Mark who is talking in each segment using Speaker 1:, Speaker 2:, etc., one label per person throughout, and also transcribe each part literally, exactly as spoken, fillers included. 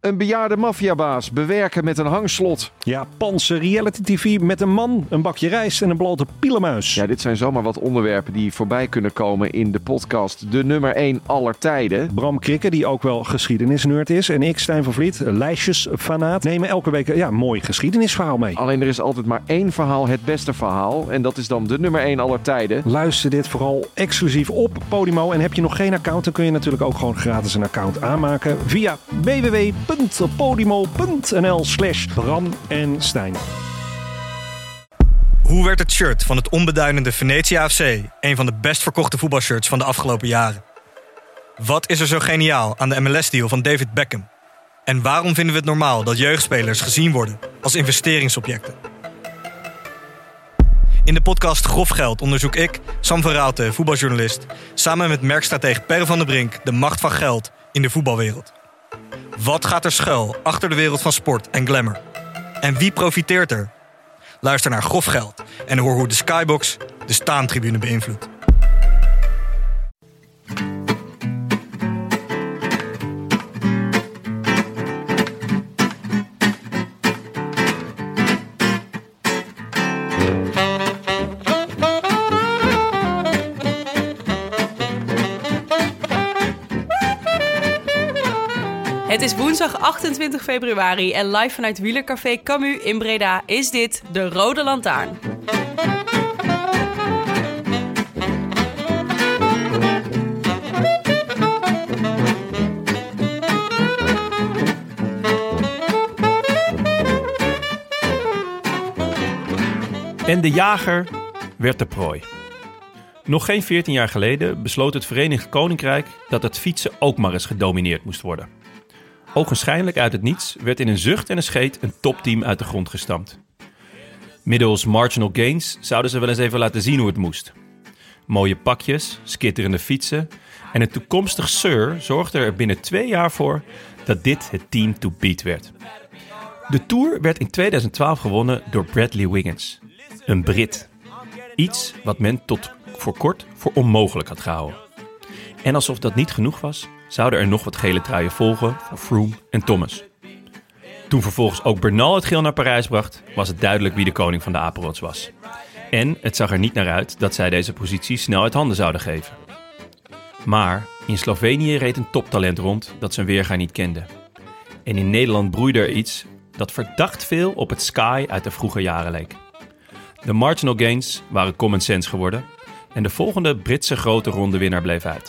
Speaker 1: Een bejaarde maffiabaas bewerken met een hangslot.
Speaker 2: Japanse reality tv met een man, een bakje rijst en een blote pielenmuis.
Speaker 1: Ja, dit zijn zomaar wat onderwerpen die voorbij kunnen komen in de podcast De Nummer één aller tijden.
Speaker 2: Bram Krikke, die ook wel geschiedenisnerd is. En ik, Stijn van Vliet, lijstjesfanaat, nemen elke week ja, een mooi geschiedenisverhaal mee.
Speaker 1: Alleen er is altijd maar één verhaal het beste verhaal. En dat is dan De Nummer één aller tijden.
Speaker 2: Luister dit vooral exclusief op Podimo. En heb je nog geen account, dan kun je natuurlijk ook gewoon gratis een account aanmaken via w w w punt podimo punt n l slash Bram en Stijn.
Speaker 3: Hoe werd het shirt van het onbeduidende Venetia F C een van de best verkochte voetbalshirts van de afgelopen jaren? Wat is er zo geniaal aan de M L S-deal van David Beckham? En waarom vinden we het normaal dat jeugdspelers gezien worden als investeringsobjecten? In de podcast Grof Geld onderzoek ik, Sam van Raalte, voetbaljournalist, samen met merkstratege Per van der Brink de macht van geld in de voetbalwereld. Wat gaat er schuil achter de wereld van sport en glamour? En wie profiteert er? Luister naar Grof Geld en hoor hoe de Skybox de staantribune beïnvloedt.
Speaker 4: Het is woensdag achtentwintig februari en live vanuit Wielercafé Camus in Breda is dit de Rode Lantaarn.
Speaker 5: En de jager werd de prooi. Nog geen veertien jaar geleden besloot het Verenigd Koninkrijk dat het fietsen ook maar eens gedomineerd moest worden. Ogenschijnlijk uit het niets werd in een zucht en een scheet een topteam uit de grond gestampt. Middels marginal gains zouden ze wel eens even laten zien hoe het moest. Mooie pakjes, skitterende fietsen en een toekomstig sir zorgde er binnen twee jaar voor dat dit het team to beat werd. De Tour werd in tweeduizend twaalf gewonnen door Bradley Wiggins, een Brit. Iets wat men tot voor kort voor onmogelijk had gehouden. En alsof dat niet genoeg was, zouden er nog wat gele truien volgen voor Froome en Thomas. Toen vervolgens ook Bernal het geel naar Parijs bracht, was het duidelijk wie de koning van de apenrots was. En het zag er niet naar uit dat zij deze positie snel uit handen zouden geven. Maar in Slovenië reed een toptalent rond dat zijn weerga niet kende. En in Nederland broeide er iets dat verdacht veel op het Sky uit de vroege jaren leek. De marginal gains waren common sense geworden en de volgende Britse grote rondewinnaar bleef uit.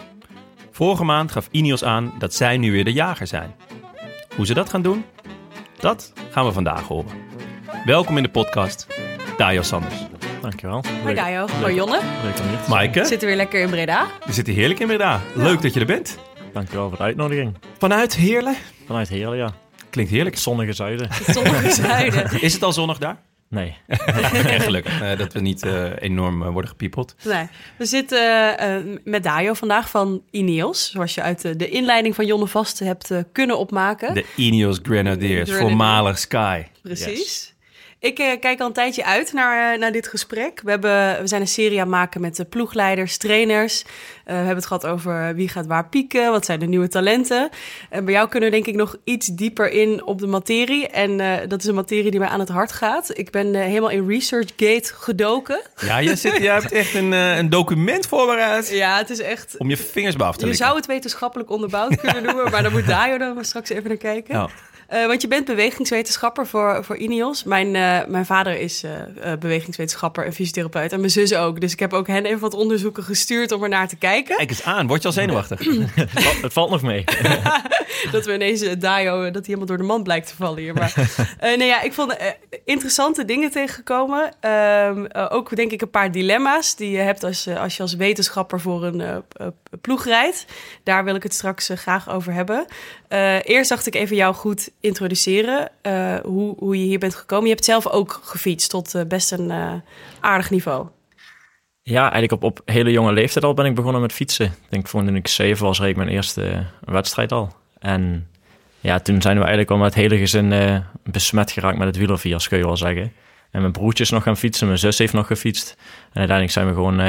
Speaker 5: Vorige maand gaf Ineos aan dat zij nu weer de jager zijn. Hoe ze dat gaan doen? Dat gaan we vandaag horen. Welkom in de podcast, Dajo Sanders. Dankjewel.
Speaker 4: Hoi Dajo, hoi Jonne.
Speaker 5: Leuk om hier te zijn. Maaike.
Speaker 4: We zitten weer lekker in Breda.
Speaker 5: We zitten heerlijk in Breda. Leuk ja. dat je er bent.
Speaker 6: Dankjewel voor de uitnodiging.
Speaker 5: Vanuit Heerlen?
Speaker 6: Vanuit Heerlen, ja.
Speaker 5: Klinkt heerlijk.
Speaker 6: Het zonnige zuiden.
Speaker 4: Het zonnige zuiden.
Speaker 5: Is het al zonnig daar?
Speaker 6: Nee.
Speaker 5: Echt gelukkig uh, dat we niet uh, enorm uh, worden gepiepeld.
Speaker 4: Nee. We zitten uh, met Dajo vandaag van Ineos. Zoals je uit de, de inleiding van Jonne Vast hebt uh, kunnen opmaken.
Speaker 5: De Ineos Grenadiers, Grenadiers. Voormalig Sky.
Speaker 4: Precies.
Speaker 5: Yes.
Speaker 4: Ik uh, kijk al een tijdje uit naar, uh, naar dit gesprek. We, hebben, we zijn een serie aan het maken met de ploegleiders, trainers. Uh, we hebben het gehad over wie gaat waar pieken, wat zijn de nieuwe talenten. En bij jou kunnen we denk ik nog iets dieper in op de materie. En uh, dat is een materie die mij aan het hart gaat. Ik ben uh, helemaal in ResearchGate gedoken.
Speaker 5: Ja, je, zit, je hebt echt een, uh, een document voorbereid.
Speaker 4: Ja, het is echt...
Speaker 5: Om je vingers bij af te
Speaker 4: Je
Speaker 5: likken.
Speaker 4: zou het wetenschappelijk onderbouwd kunnen noemen, maar dan moet Dajo dan maar straks even naar kijken.
Speaker 5: Ja.
Speaker 4: Uh, want je bent bewegingswetenschapper voor, voor Ineos. Mijn, uh, mijn vader is uh, uh, bewegingswetenschapper en fysiotherapeut. En mijn zus ook. Dus ik heb ook hen even wat onderzoeken gestuurd om er naar te kijken.
Speaker 5: Kijk eens aan. Word je al zenuwachtig?
Speaker 6: Het valt nog mee.
Speaker 4: Dat we ineens uh, Dajo, dat hij helemaal door de mand blijkt te vallen hier. Maar uh, nee, ja, ik vond uh, interessante dingen tegengekomen. Uh, uh, ook denk ik een paar dilemma's die je hebt als, uh, als je als wetenschapper voor een uh, uh, ploeg rijdt. Daar wil ik het straks uh, graag over hebben. Uh, eerst dacht ik even jou goed introduceren, uh, hoe, hoe je hier bent gekomen. Je hebt zelf ook gefietst tot uh, best een uh, aardig niveau.
Speaker 6: Ja, eigenlijk op, op hele jonge leeftijd al ben ik begonnen met fietsen. Ik denk toen ik zeven was, reed ik mijn eerste wedstrijd al. En ja, toen zijn we eigenlijk al met het hele gezin uh, besmet geraakt met het wielervirus, kun je wel zeggen. En mijn broertje is nog gaan fietsen, mijn zus heeft nog gefietst. En uiteindelijk zijn we gewoon uh,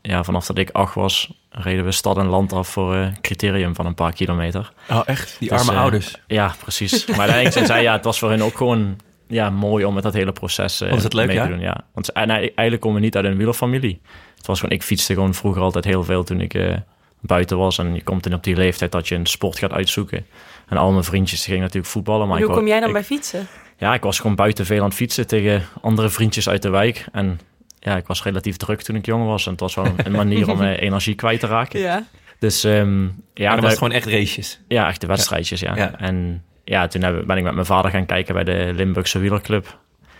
Speaker 6: ja, vanaf dat ik acht was, reden we stad en land af voor een uh, criterium van een paar kilometer.
Speaker 5: Oh, echt? Die
Speaker 6: dus,
Speaker 5: arme
Speaker 6: uh,
Speaker 5: ouders.
Speaker 6: Ja, precies. Maar uiteindelijk zijn zij, ja, het was voor hen ook gewoon ja, mooi om met dat hele proces uh,
Speaker 5: was het leuk,
Speaker 6: mee
Speaker 5: ja?
Speaker 6: te doen. Ja. Want en, eigenlijk komen we niet uit een wielerfamilie. Het was gewoon, ik fietste gewoon vroeger altijd heel veel toen ik uh, buiten was. En je komt dan op die leeftijd dat je een sport gaat uitzoeken. En al mijn vriendjes gingen natuurlijk voetballen. Maar
Speaker 4: en hoe
Speaker 6: ik,
Speaker 4: kom jij dan
Speaker 6: ik,
Speaker 4: bij fietsen?
Speaker 6: Ja, ik was gewoon buiten veel aan het fietsen tegen andere vriendjes uit de wijk. En ja, ik was relatief druk toen ik jong was. En het was wel een manier om uh, energie kwijt te raken.
Speaker 4: Ja.
Speaker 6: Dus um, ja,
Speaker 5: maar dat was
Speaker 6: ik,
Speaker 5: gewoon echt races.
Speaker 6: Ja, echt de wedstrijdjes, ja.
Speaker 5: ja. ja.
Speaker 6: En ja, toen heb, ben ik met mijn vader gaan kijken bij de Limburgse wielerclub.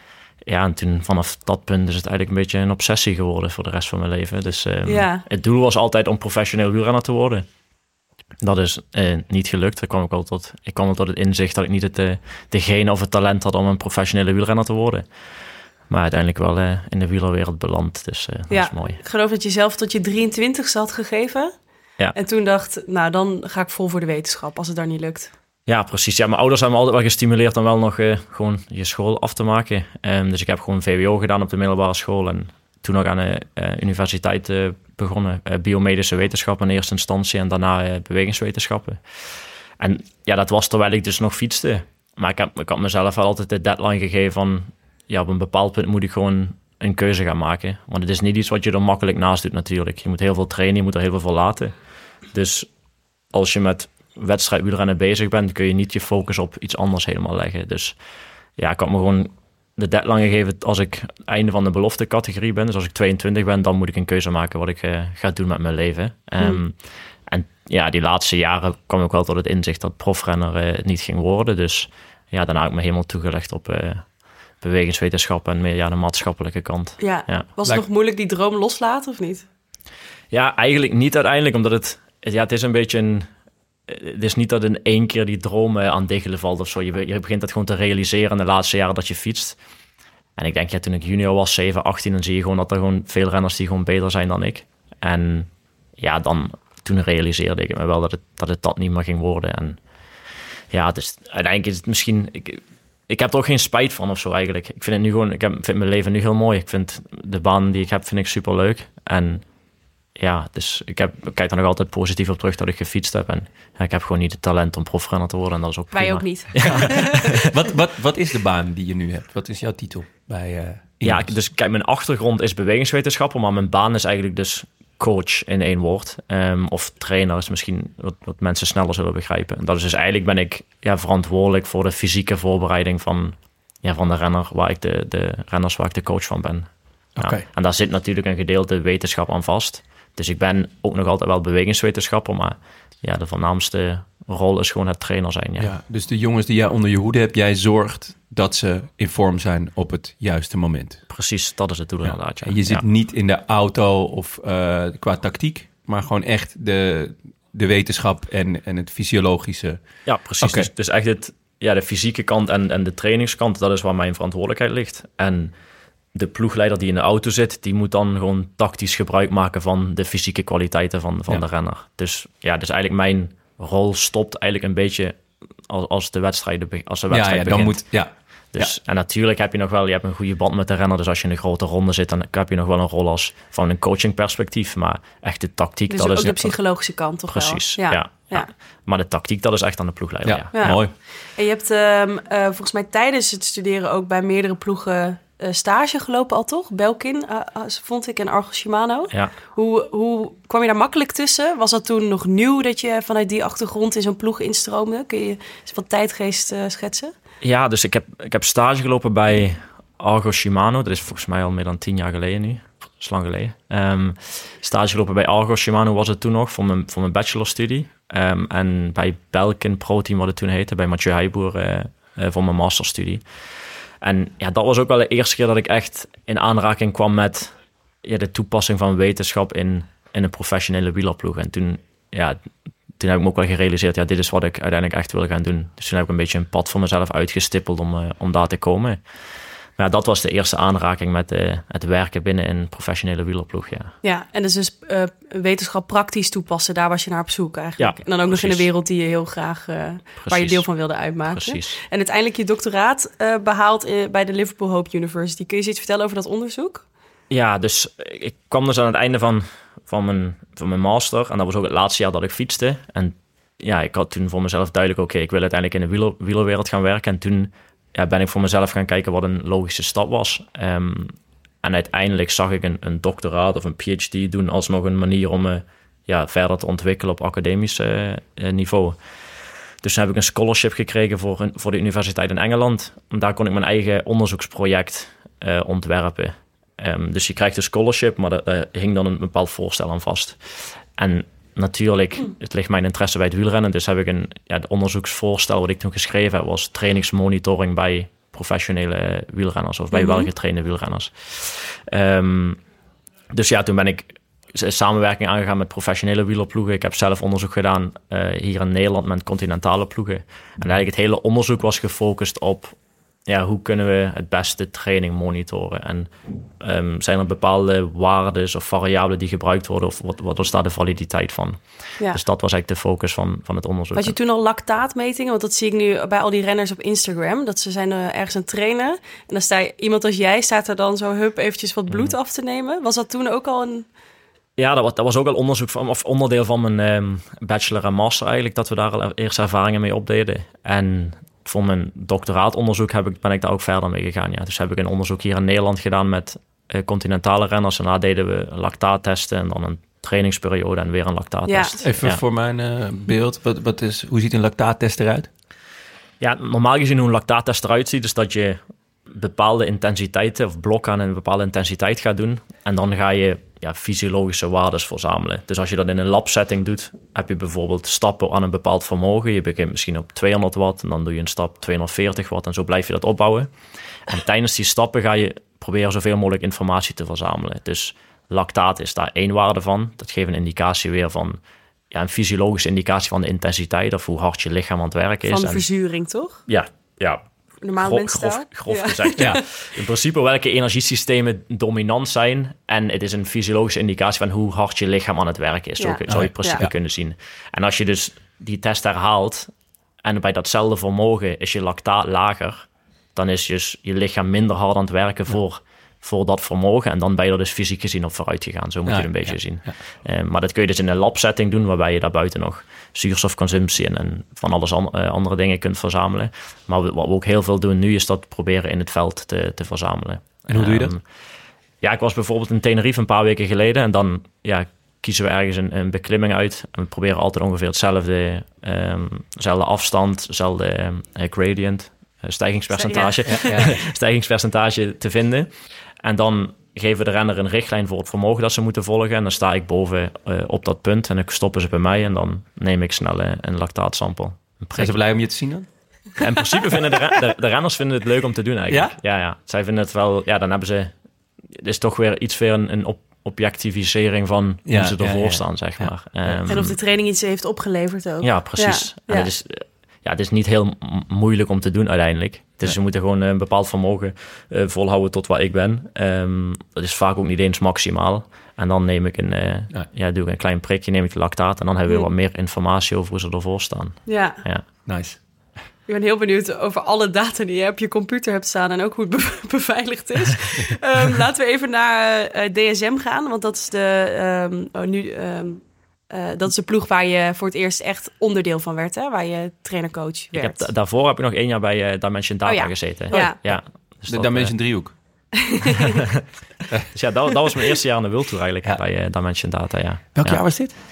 Speaker 6: Ja, en toen vanaf dat punt is het eigenlijk een beetje een obsessie geworden voor de rest van mijn leven. Dus um,
Speaker 4: ja.
Speaker 6: het doel was altijd om professioneel wielrenner te worden. Dat is uh, niet gelukt. Ik kwam ook al tot, ik kwam al tot het inzicht dat ik niet het, uh, de gene of het talent had om een professionele wielrenner te worden. Maar uiteindelijk wel uh, in de wielerwereld beland. Dus uh, dat
Speaker 4: ja,
Speaker 6: is mooi.
Speaker 4: Ik geloof dat je zelf tot je drieëntwintigste had gegeven.
Speaker 6: Ja.
Speaker 4: En toen dacht, nou dan ga ik vol voor de wetenschap als het daar niet lukt.
Speaker 6: Ja, precies. Ja, mijn ouders hebben me altijd wel gestimuleerd om wel nog uh, gewoon je school af te maken. Um, dus ik heb gewoon V W O gedaan op de middelbare school. En toen nog aan de uh, universiteit uh, begonnen. Uh, biomedische wetenschappen in eerste instantie en daarna uh, bewegingswetenschappen. En ja, dat was terwijl ik dus nog fietste. Maar ik, heb, ik had mezelf wel altijd de deadline gegeven van... ja, op een bepaald punt moet ik gewoon een keuze gaan maken. Want het is niet iets wat je er makkelijk naast doet natuurlijk. Je moet heel veel trainen, je moet er heel veel voor laten. Dus als je met wedstrijdwielrennen bezig bent, kun je niet je focus op iets anders helemaal leggen. Dus ja, ik had me gewoon de deadline gegeven als ik het einde van de beloftecategorie ben. Dus als ik tweeëntwintig ben, dan moet ik een keuze maken wat ik uh, ga doen met mijn leven. Hmm. Um, en ja, die laatste jaren kwam ik wel tot het inzicht dat profrenner uh, niet ging worden. Dus ja, daarna heb ik me helemaal toegelegd op... Uh, bewegingswetenschap en meer ja, de maatschappelijke kant.
Speaker 4: Ja.
Speaker 6: Ja.
Speaker 4: Was het
Speaker 5: Lijk...
Speaker 4: nog moeilijk die droom loslaten of niet?
Speaker 6: Ja, eigenlijk niet uiteindelijk, omdat het... Ja, het is een beetje een... Het is niet dat in één keer die droom aan diggelen valt of zo. Je, je begint het gewoon te realiseren in de laatste jaren dat je fietst. En ik denk, ja, toen ik junior was, zeven, achttien... dan zie je gewoon dat er gewoon veel renners die gewoon beter zijn dan ik. En ja, dan... Toen realiseerde ik me wel dat het dat, het dat niet meer ging worden. En ja, dus uiteindelijk is het misschien... Ik, Ik heb er ook geen spijt van of zo eigenlijk. Ik vind het nu gewoon, ik heb, vind mijn leven nu heel mooi. Ik vind de baan die ik heb, vind ik superleuk. En ja, dus ik, heb, ik kijk er nog altijd positief op terug dat ik gefietst heb. En ja, ik heb gewoon niet het talent om profrenner te worden. En dat is ook prima.
Speaker 4: Wij ook niet.
Speaker 6: Ja.
Speaker 5: wat, wat, wat is de baan die je nu hebt? Wat is jouw titel bij uh,
Speaker 6: Ja, dus kijk, mijn achtergrond is bewegingswetenschapper. Maar mijn baan is eigenlijk dus coach in één woord. Um, of trainer is misschien wat, wat mensen sneller zullen begrijpen. En dat is dus eigenlijk ben ik ja, verantwoordelijk voor de fysieke voorbereiding van, ja, van de renner, waar ik de, de renners waar ik de coach van ben. Ja,
Speaker 5: okay.
Speaker 6: En daar zit natuurlijk een gedeelte wetenschap aan vast. Dus ik ben ook nog altijd wel bewegingswetenschapper, maar ja, de voornaamste rol is gewoon het trainer zijn. Ja.
Speaker 5: Ja, dus de jongens die jij onder je hoede hebt, jij zorgt dat ze in vorm zijn op het juiste moment.
Speaker 6: Precies, dat is het doel ja. inderdaad. Ja.
Speaker 5: En je zit
Speaker 6: ja.
Speaker 5: niet in de auto of uh, qua tactiek, maar gewoon echt de, de wetenschap en, en het fysiologische.
Speaker 6: Ja, precies.
Speaker 5: Okay.
Speaker 6: Dus, dus echt het, ja, de fysieke kant en, en de trainingskant, dat is waar mijn verantwoordelijkheid ligt. En de ploegleider die in de auto zit, die moet dan gewoon tactisch gebruik maken van de fysieke kwaliteiten van, van ja. de renner. Dus ja, dus eigenlijk mijn rol stopt eigenlijk een beetje als, als de wedstrijd, als de wedstrijd
Speaker 5: ja, ja,
Speaker 6: begint.
Speaker 5: Dan moet, ja.
Speaker 6: Dus,
Speaker 5: ja.
Speaker 6: En natuurlijk heb je nog wel, je hebt een goede band met de renner. Dus als je in een grote ronde zit, dan heb je nog wel een rol als van een coachingperspectief. Maar echt de tactiek,
Speaker 4: dus
Speaker 6: dat
Speaker 4: ook
Speaker 6: is...
Speaker 4: de psychologische kant toch
Speaker 6: precies,
Speaker 4: wel?
Speaker 6: Precies, ja, ja, ja. Maar de tactiek, dat is echt aan de ploegleider, ja.
Speaker 5: Ja,
Speaker 6: ja.
Speaker 5: mooi.
Speaker 4: En je hebt um, uh, volgens mij tijdens het studeren ook bij meerdere ploegen uh, stage gelopen al, toch? Belkin, uh, vond ik, en Argo Shimano.
Speaker 6: Ja.
Speaker 4: Hoe, hoe kwam je daar makkelijk tussen? Was dat toen nog nieuw dat je vanuit die achtergrond in zo'n ploeg instroomde? Kun je eens wat tijdgeest uh, schetsen?
Speaker 6: Ja, dus ik heb, ik heb stage gelopen bij Argo Shimano. Dat is volgens mij al meer dan tien jaar geleden nu. Dat is lang geleden. Um, stage gelopen bij Argo Shimano was het toen nog voor mijn, voor mijn bachelorstudie. Um, en bij Belkin Pro Team, wat het toen heette, bij Mathieu Heijboer uh, uh, voor mijn masterstudie. En ja, dat was ook wel de eerste keer dat ik echt in aanraking kwam met ja, de toepassing van wetenschap in, in een professionele wielerploeg. En toen, ja, toen heb ik me ook wel gerealiseerd, ja, dit is wat ik uiteindelijk echt wil gaan doen. Dus toen heb ik een beetje een pad voor mezelf uitgestippeld om, uh, om daar te komen. Maar ja, dat was de eerste aanraking met uh, het werken binnen een professionele wielerploeg, ja.
Speaker 4: Ja, en dus, dus uh, wetenschap praktisch toepassen, daar was je naar op zoek eigenlijk.
Speaker 6: Ja,
Speaker 4: en dan ook
Speaker 6: precies.
Speaker 4: nog in de wereld die je heel graag, uh, waar je deel van wilde uitmaken.
Speaker 6: Precies.
Speaker 4: En uiteindelijk je doctoraat uh, behaald uh, bij de Liverpool Hope University. Kun je eens iets vertellen over dat onderzoek?
Speaker 6: Ja, dus ik kwam dus aan het einde van, van mijn, van mijn master. En dat was ook het laatste jaar dat ik fietste. En ja, ik had toen voor mezelf duidelijk... oké, okay, ik wil uiteindelijk in de wieler, wielerwereld gaan werken. En toen ja, ben ik voor mezelf gaan kijken wat een logische stap was. Um, en uiteindelijk zag ik een, een doctoraat of een P H D doen... als nog een manier om me ja, verder te ontwikkelen op academisch uh, niveau. Dus toen heb ik een scholarship gekregen voor, een, voor de universiteit in Engeland. En daar kon ik mijn eigen onderzoeksproject uh, ontwerpen. Um, dus je krijgt een scholarship, maar daar, daar hing dan een bepaald voorstel aan vast. En natuurlijk, het ligt mijn interesse bij het wielrennen. Dus heb ik een ja, het onderzoeksvoorstel wat ik toen geschreven heb... was trainingsmonitoring bij professionele wielrenners... of bij mm-hmm. welgetrainde wielrenners. Um, dus ja, toen ben ik samenwerking aangegaan met professionele wielerploegen. Ik heb zelf onderzoek gedaan uh, hier in Nederland met continentale ploegen. En eigenlijk het hele onderzoek was gefocust op... ja, hoe kunnen we het beste training monitoren? En um, zijn er bepaalde waarden of variabelen die gebruikt worden? Of wat, wat was daar de validiteit van? Ja. Dus dat was eigenlijk de focus van, van het onderzoek.
Speaker 4: Had je toen al lactaatmetingen? Want dat zie ik nu bij al die renners op Instagram. Dat ze zijn uh, ergens aan het trainen. En dan sta je, iemand als jij staat er dan zo hup eventjes wat bloed mm. af te nemen. Was dat toen ook al een...
Speaker 6: Ja, dat was, dat was ook al onderzoek van, of onderdeel van mijn um, bachelor en master eigenlijk. Dat we daar al eerst ervaringen mee opdeden. En... voor mijn doctoraatonderzoek heb ik, ben ik daar ook verder mee gegaan. Ja. Dus heb ik een onderzoek hier in Nederland gedaan met uh, continentale renners. En daar deden we lactaattesten en dan een trainingsperiode en weer een lactaattest.
Speaker 7: Ja. Even ja. voor mijn uh, beeld, wat, wat is, hoe ziet een lactaattest eruit?
Speaker 6: Ja, normaal gezien hoe een lactaattest eruit ziet, is dat je bepaalde intensiteiten of blokken aan een bepaalde intensiteit gaat doen. En dan ga je ja, fysiologische waarden verzamelen. Dus als je dat in een labsetting doet, heb je bijvoorbeeld stappen aan een bepaald vermogen. Je begint misschien op tweehonderd watt en dan doe je een stap tweehonderdveertig watt en zo blijf je dat opbouwen. En tijdens die stappen ga je proberen zoveel mogelijk informatie te verzamelen. Dus lactaat is daar één waarde van. Dat geeft een indicatie weer van ja, een fysiologische indicatie van de intensiteit of hoe hard je lichaam aan het werken is.
Speaker 4: Van de
Speaker 6: en,
Speaker 4: verzuring, toch?
Speaker 6: Ja, ja.
Speaker 4: Normaal
Speaker 6: Gro- grof, grof ja. gezegd, ja. In principe welke energiesystemen dominant zijn. En het is een fysiologische indicatie van hoe hard je lichaam aan het werken is. Ja. Zo zou je in principe ja. kunnen zien. En als je dus die test herhaalt en bij datzelfde vermogen is je lactaat lager, dan is dus je lichaam minder hard aan het werken ja. voor, voor dat vermogen. En dan ben je er dus fysiek gezien op vooruit gegaan. Zo moet ja, je het een beetje ja, zien. Ja. Uh, maar dat kun je dus in een labsetting doen, waarbij je daarbuiten nog zuurstofconsumptie en, en van alles an, uh, andere dingen kunt verzamelen. Maar wat we ook heel veel doen nu, is dat proberen in het veld te, te verzamelen.
Speaker 7: En hoe doe je dat?
Speaker 6: Um, ja, ik was bijvoorbeeld in Tenerife een paar weken geleden en dan ja, kiezen we ergens een, een beklimming uit. En we proberen altijd ongeveer hetzelfde, um, dezelfde afstand, dezelfde uh, gradient, uh, stijgingspercentage, ja. Ja, ja. stijgingspercentage te vinden. En dan geven we de renner een richtlijn voor het vermogen dat ze moeten volgen. En dan sta ik boven uh, op dat punt en dan stoppen ze bij mij en dan neem ik snel uh, een lactaatsample.
Speaker 7: Zijn ze blij om je te zien dan?
Speaker 6: Ja, in principe vinden de, ren- de, de renners vinden het leuk om te doen eigenlijk. Ja? Ja, ja. Zij vinden het wel, ja, dan hebben ze, het is toch weer iets weer een, een op, objectivisering van hoe ja, ze ervoor ja, ja. staan, zeg maar.
Speaker 4: Ja. Um, en of de training iets heeft opgeleverd ook.
Speaker 6: Ja, precies. Ja, en ja. Het is, ja, het is niet heel m- moeilijk om te doen uiteindelijk. Dus ja. ze moeten gewoon een bepaald vermogen uh, volhouden tot waar ik ben. Um, dat is vaak ook niet eens maximaal. En dan neem ik een, uh, ja. Ja, doe ik een klein prikje, neem ik de lactaat. En dan hebben we mm. wat meer informatie over hoe ze ervoor staan.
Speaker 4: Ja.
Speaker 6: ja.
Speaker 7: Nice.
Speaker 4: Ik ben heel benieuwd over alle data die je op je computer hebt staan... en ook hoe het be- beveiligd is. um, laten we even naar uh, D S M gaan. Want dat is de... Um, oh, nu... Um, Uh, dat is de ploeg waar je voor het eerst echt onderdeel van werd, hè? Waar je trainer-coach werd.
Speaker 6: Ik heb d- daarvoor heb ik nog één jaar bij uh, Dimension Data oh, ja. gezeten.
Speaker 4: Oh, ja.
Speaker 6: ja.
Speaker 7: Dus de dat, Dimension uh, driehoek.
Speaker 6: Dus ja, dat, dat was mijn eerste jaar aan de World Tour eigenlijk ja. bij uh, Dimension Data, ja.
Speaker 7: Welk
Speaker 6: ja.
Speaker 7: jaar was dit?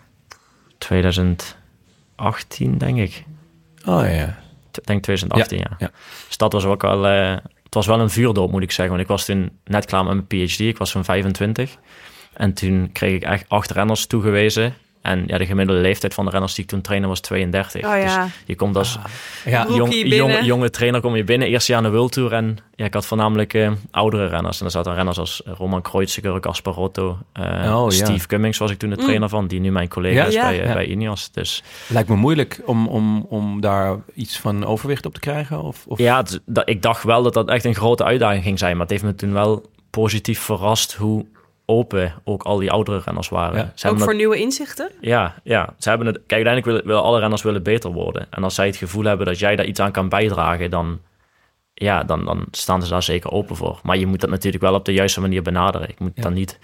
Speaker 6: twintig achttien, denk ik.
Speaker 7: Oh ja.
Speaker 6: Ik denk twintig achttien, ja. ja.
Speaker 7: ja.
Speaker 6: Dus dat was ook al... Uh, het was wel een vuurdoop, moet ik zeggen. Want ik was toen net klaar met mijn P H D. Ik was van vijfentwintig. En toen kreeg ik echt acht renners toegewezen. En ja, de gemiddelde leeftijd van de renners die ik toen trainde was tweeëndertig.
Speaker 4: Oh, ja.
Speaker 6: Dus je komt als
Speaker 7: ah, ja.
Speaker 6: jong, jonge, jonge trainer kom je binnen. Eerste jaar aan de World Tour. En ja, ik had voornamelijk uh, oudere renners. En er zaten renners als Roman Kreuziger, Gasparotto, uh, oh, Steve ja. Cummings was ik toen de trainer mm. van. Die nu mijn collega ja? is ja. bij, uh, ja. bij Ineos. Dus,
Speaker 7: lijkt me moeilijk om, om, om daar iets van overwicht op te krijgen? Of, of?
Speaker 6: Ja, het, dat, ik dacht wel dat dat echt een grote uitdaging ging zijn. Maar het heeft me toen wel positief verrast hoe open ook al die oudere renners waren.
Speaker 4: Ja. Ze ook voor het, nieuwe inzichten?
Speaker 6: Ja, ja. Ze hebben het, kijk, uiteindelijk willen, willen alle renners willen beter worden. En als zij het gevoel hebben dat jij daar iets aan kan bijdragen, dan, ja, dan, dan staan ze daar zeker open voor. Maar je moet dat natuurlijk wel op de juiste manier benaderen. Ik moet ja. dan niet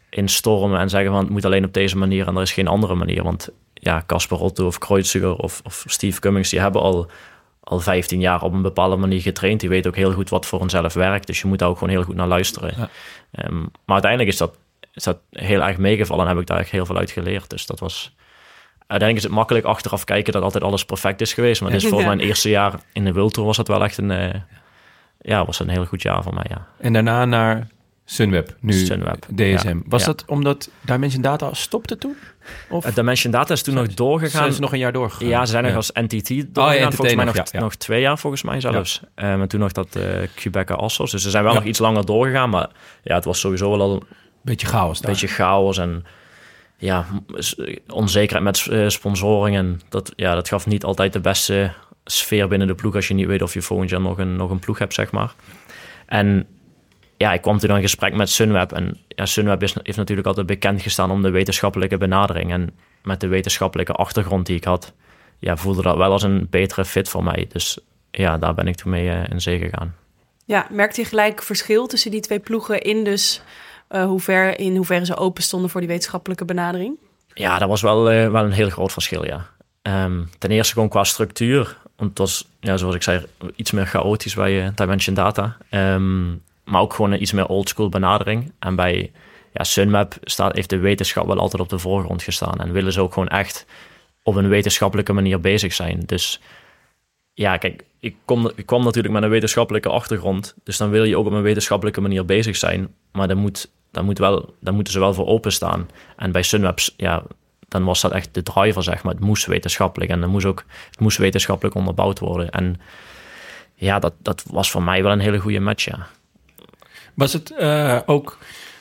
Speaker 6: instormen en zeggen van het moet alleen op deze manier en er is geen andere manier. Want ja, Casper Otto of Kreuziger of, of Steve Cummings, die hebben al, al vijftien jaar op een bepaalde manier getraind. Die weten ook heel goed wat voor hunzelf werkt. Dus je moet daar ook gewoon heel goed naar luisteren. Ja. Um, maar uiteindelijk is dat, is dat heel erg meegevallen en heb ik daar echt heel veel uit geleerd. Dus dat was... Uiteindelijk is het makkelijk achteraf kijken dat altijd alles perfect is geweest. Maar dus voor ja. mijn eerste jaar in de World Tour was dat wel echt een... Uh, ja, was een heel goed jaar voor mij, ja.
Speaker 7: En daarna naar Sunweb, nu
Speaker 6: Sunweb,
Speaker 7: D S M.
Speaker 6: Ja.
Speaker 7: Was
Speaker 6: ja.
Speaker 7: dat omdat Dimension Data stopte toen? Of?
Speaker 6: Uh, Dimension Data is toen nog doorgegaan.
Speaker 7: Zijn ze nog een jaar doorgegaan?
Speaker 6: Ja, ze zijn nog
Speaker 7: ja.
Speaker 6: als N T T doorgegaan. Oh, ja, volgens mij nog,
Speaker 7: ja, ja.
Speaker 6: nog twee jaar, volgens mij zelfs. Ja. Um, en toen nog dat uh, Quebec Assos. Dus ze zijn wel
Speaker 7: ja.
Speaker 6: nog iets langer doorgegaan. Maar ja, het was sowieso wel al...
Speaker 7: Beetje chaos daar.
Speaker 6: Beetje chaos en... Ja, onzekerheid met uh, sponsoring. En dat, ja, dat gaf niet altijd de beste sfeer binnen de ploeg... als je niet weet of je volgend jaar nog een, nog een ploeg hebt, zeg maar. En ja, ik kwam toen in gesprek met Sunweb. En ja, Sunweb is, heeft natuurlijk altijd bekend gestaan om de wetenschappelijke benadering. En met de wetenschappelijke achtergrond die ik had... ja, voelde dat wel als een betere fit voor mij. Dus ja, daar ben ik toen mee uh, in zee gegaan.
Speaker 4: Ja, merkte je gelijk verschil tussen die twee ploegen in dus... Uh, hoe ver, in hoeverre ze open stonden voor die wetenschappelijke benadering?
Speaker 6: Ja, dat was wel, uh, wel een heel groot verschil, ja. Um, ten eerste gewoon qua structuur. Want het was, ja, zoals ik zei, iets meer chaotisch bij uh, Dimension Data. Um, maar ook gewoon een iets meer oldschool benadering. En bij ja, Sunweb staat, heeft de wetenschap wel altijd op de voorgrond gestaan. En willen ze ook gewoon echt op een wetenschappelijke manier bezig zijn. Dus ja, kijk, ik, kom, ik kwam natuurlijk met een wetenschappelijke achtergrond. Dus dan wil je ook op een wetenschappelijke manier bezig zijn. Maar dan, moet, dan, moet wel, dan moeten ze wel voor openstaan. En bij Sunweb, ja, dan was dat echt de driver, zeg maar. Het moest wetenschappelijk en dan moest ook, het moest wetenschappelijk onderbouwd worden. En ja, dat, dat was voor mij wel een hele goede match, ja.
Speaker 7: Was het uh, ook...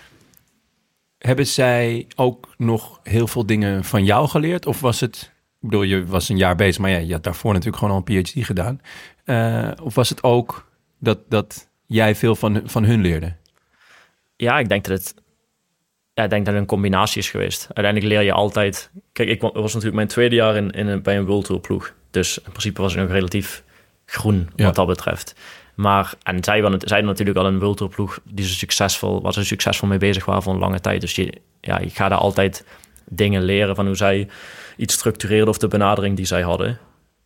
Speaker 7: Hebben zij ook nog heel veel dingen van jou geleerd? Of was het... Ik bedoel, je was een jaar bezig, maar ja, je had daarvoor natuurlijk gewoon al een P H D gedaan. Uh, of was het ook dat, dat jij veel van, van hun leerde?
Speaker 6: Ja, ik denk dat het... Ja, ik denk dat het een combinatie is geweest. Uiteindelijk leer je altijd... Kijk, ik was natuurlijk mijn tweede jaar in, in een, bij een World Tour ploeg. Dus in principe was ik nog relatief groen
Speaker 7: ja.
Speaker 6: wat dat betreft. Maar, en zij waren zij natuurlijk al een World Tour ploeg die ze succesvol, waar ze succesvol mee bezig waren voor een lange tijd. Dus je, ja, ik ga daar altijd dingen leren van hoe zij iets structureerden of de benadering die zij hadden.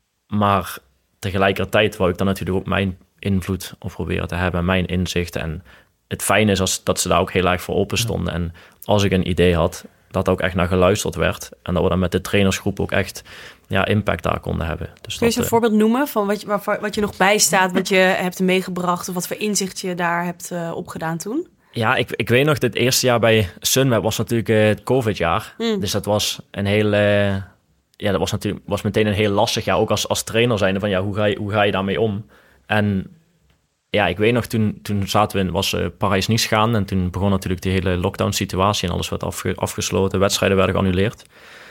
Speaker 6: Maar tegelijkertijd wou ik dan natuurlijk ook mijn invloed op proberen te hebben, mijn inzichten. En het fijne is als, dat ze daar ook heel erg voor open stonden. En als ik een idee had, dat er ook echt naar geluisterd werd. En dat we dan met de trainersgroep ook echt ja, impact daar konden hebben. Dus
Speaker 4: kun je
Speaker 6: dat,
Speaker 4: eens een uh, voorbeeld noemen van wat je, waar, wat je nog bijstaat, wat je hebt meegebracht of wat voor inzicht je daar hebt uh, opgedaan toen?
Speaker 6: Ja, ik, ik weet nog, dit eerste jaar bij Sunweb was natuurlijk uh, het COVID-jaar. Mm. Dus dat was een heel... Uh, ja, dat was natuurlijk was meteen een heel lastig jaar. Ook als, als trainer zijnde van, ja, hoe ga je, hoe ga je daarmee om? En ja, ik weet nog, toen, toen zaten we in, was uh, Parijs-Nice gaan. En toen begon natuurlijk die hele lockdown-situatie en alles werd afge, afgesloten. Wedstrijden werden geannuleerd.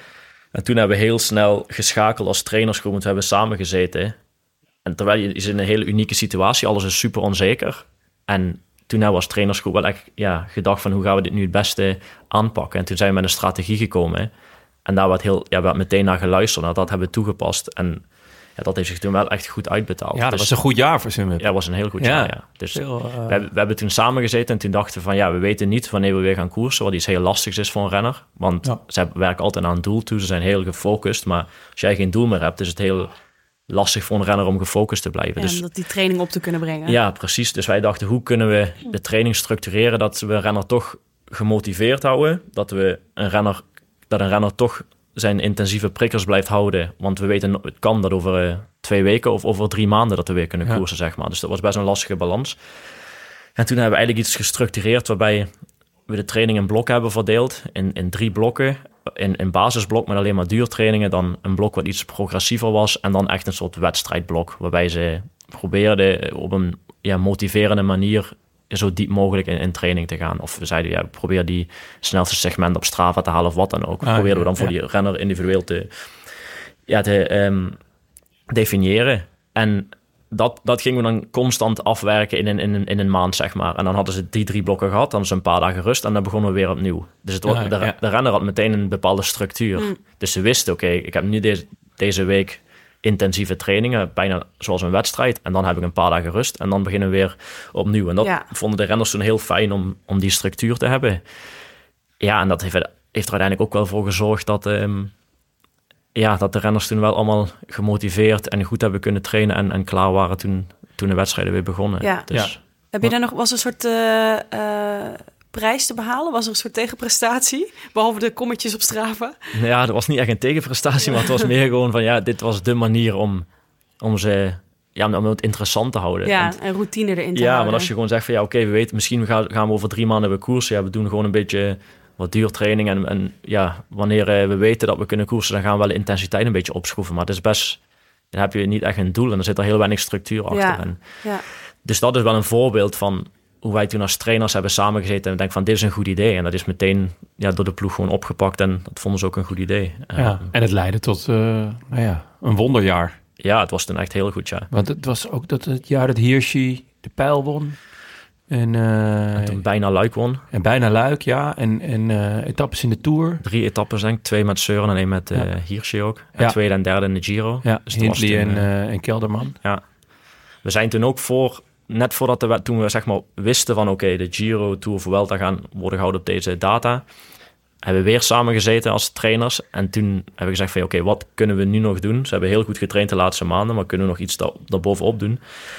Speaker 6: En toen hebben we heel snel geschakeld als trainersgroep. Want we hebben samen gezeten. En terwijl je is in een hele unieke situatie, alles is super onzeker. En toen hebben we als trainersgroep wel echt ja, gedacht van hoe gaan we dit nu het beste aanpakken. En toen zijn we met een strategie gekomen. En daar werd, heel, ja, werd meteen naar geluisterd. En dat hebben we toegepast. En ja, dat heeft zich toen wel echt goed uitbetaald.
Speaker 7: Ja, dat
Speaker 6: dus,
Speaker 7: was een goed jaar voor Sunweb.
Speaker 6: Ja, dat was een heel goed
Speaker 7: ja.
Speaker 6: jaar, ja. Dus
Speaker 7: heel, uh...
Speaker 6: we, we hebben toen samen gezeten en toen dachten we van ja, we weten niet wanneer we weer gaan koersen. Wat iets heel lastigs is voor een renner. Want ja. ze werken altijd aan een doel toe. Ze zijn heel gefocust. Maar als jij geen doel meer hebt, is het heel lastig voor een renner om gefocust te blijven.
Speaker 4: Ja,
Speaker 6: dus,
Speaker 4: om dat die training op te kunnen brengen.
Speaker 6: Ja, precies. Dus wij dachten, hoe kunnen we de training structureren dat we een renner toch gemotiveerd houden. Dat, we een renner, dat een renner toch zijn intensieve prikkers blijft houden. Want we weten, het kan dat over uh, twee weken of over drie maanden dat we weer kunnen koersen, ja. zeg maar. Dus dat was best een lastige balans. En toen hebben we eigenlijk iets gestructureerd waarbij we de training in blokken hebben verdeeld. In, in drie blokken. In een basisblok met alleen maar duurtrainingen. Dan een blok wat iets progressiever was. En dan echt een soort wedstrijdblok. Waarbij ze probeerden op een ja, motiverende manier zo diep mogelijk in, in training te gaan. Of we zeiden, ja, probeer die snelste segment op Strava te halen of wat dan ook. Ah, probeerden we dan voor ja. die renner individueel te, ja, te um, definiëren. En dat, dat gingen we dan constant afwerken in een, in, een, in een maand, zeg maar. En dan hadden ze die drie blokken gehad, dan hadden ze een paar dagen rust en dan begonnen we weer opnieuw. Dus het, ja, de, ja. de renner had meteen een bepaalde structuur. Mm. Dus ze wisten, oké, okay, ik heb nu deze, deze week intensieve trainingen, bijna zoals een wedstrijd. En dan heb ik een paar dagen rust en dan beginnen we weer opnieuw. En dat ja. vonden de renners toen heel fijn om, om die structuur te hebben. ja, en dat heeft, heeft er uiteindelijk ook wel voor gezorgd dat, um, ja, dat de renners toen wel allemaal gemotiveerd en goed hebben kunnen trainen en, en klaar waren toen, toen de wedstrijden weer begonnen.
Speaker 4: Ja.
Speaker 6: Dus,
Speaker 4: ja. Heb je daar nog, was er een soort uh, uh, prijs te behalen? Was er een soort tegenprestatie? Behalve de kommetjes op Strava?
Speaker 6: Ja, er was niet echt een tegenprestatie, maar het was meer gewoon van, ja, dit was de manier om, om ze... Ja, om het interessant te houden.
Speaker 4: Ja,
Speaker 6: want,
Speaker 4: en routine erin te
Speaker 6: ja,
Speaker 4: houden.
Speaker 6: want als je gewoon zegt van ja, oké, okay, we weten, misschien gaan, gaan we over drie maanden weer koersen. Ja, we doen gewoon een beetje wat duurtraining. En, en ja, wanneer uh, we weten dat we kunnen koersen, dan gaan we wel de intensiteit een beetje opschroeven. Maar het is best, dan heb je niet echt een doel en er zit er heel weinig structuur achter.
Speaker 4: Ja,
Speaker 6: en,
Speaker 4: ja. Dus
Speaker 6: dat is wel een voorbeeld van hoe wij toen als trainers hebben samengezeten en denken van dit is een goed idee. En dat is meteen ja, door de ploeg gewoon opgepakt en dat vonden ze ook een goed idee.
Speaker 7: Ja, um, en het leidde tot uh, nou ja, een wonderjaar.
Speaker 6: Ja, het was toen echt heel goed, ja.
Speaker 7: Want het was ook dat het jaar dat Hirschi de pijl won. En, uh,
Speaker 6: en toen bijna Luik won.
Speaker 7: En bijna Luik, ja. En, en uh, etappes in de Tour.
Speaker 6: Drie etappes, denk ik. Twee met Søren en één met uh, ja. Hirschi ook. En ja. tweede en derde in de Giro.
Speaker 7: Ja, dus Hindley en, uh, en Kelderman.
Speaker 6: Ja. We zijn toen ook voor... Net voordat we, toen we zeg maar wisten van... Oké, okay, de Giro, Tour, Vuelta gaan worden gehouden op deze data... hebben we weer samen gezeten als trainers. En toen hebben we gezegd van... oké, okay, wat kunnen we nu nog doen? Ze hebben heel goed getraind de laatste maanden... maar kunnen we nog iets daar, daarbovenop doen?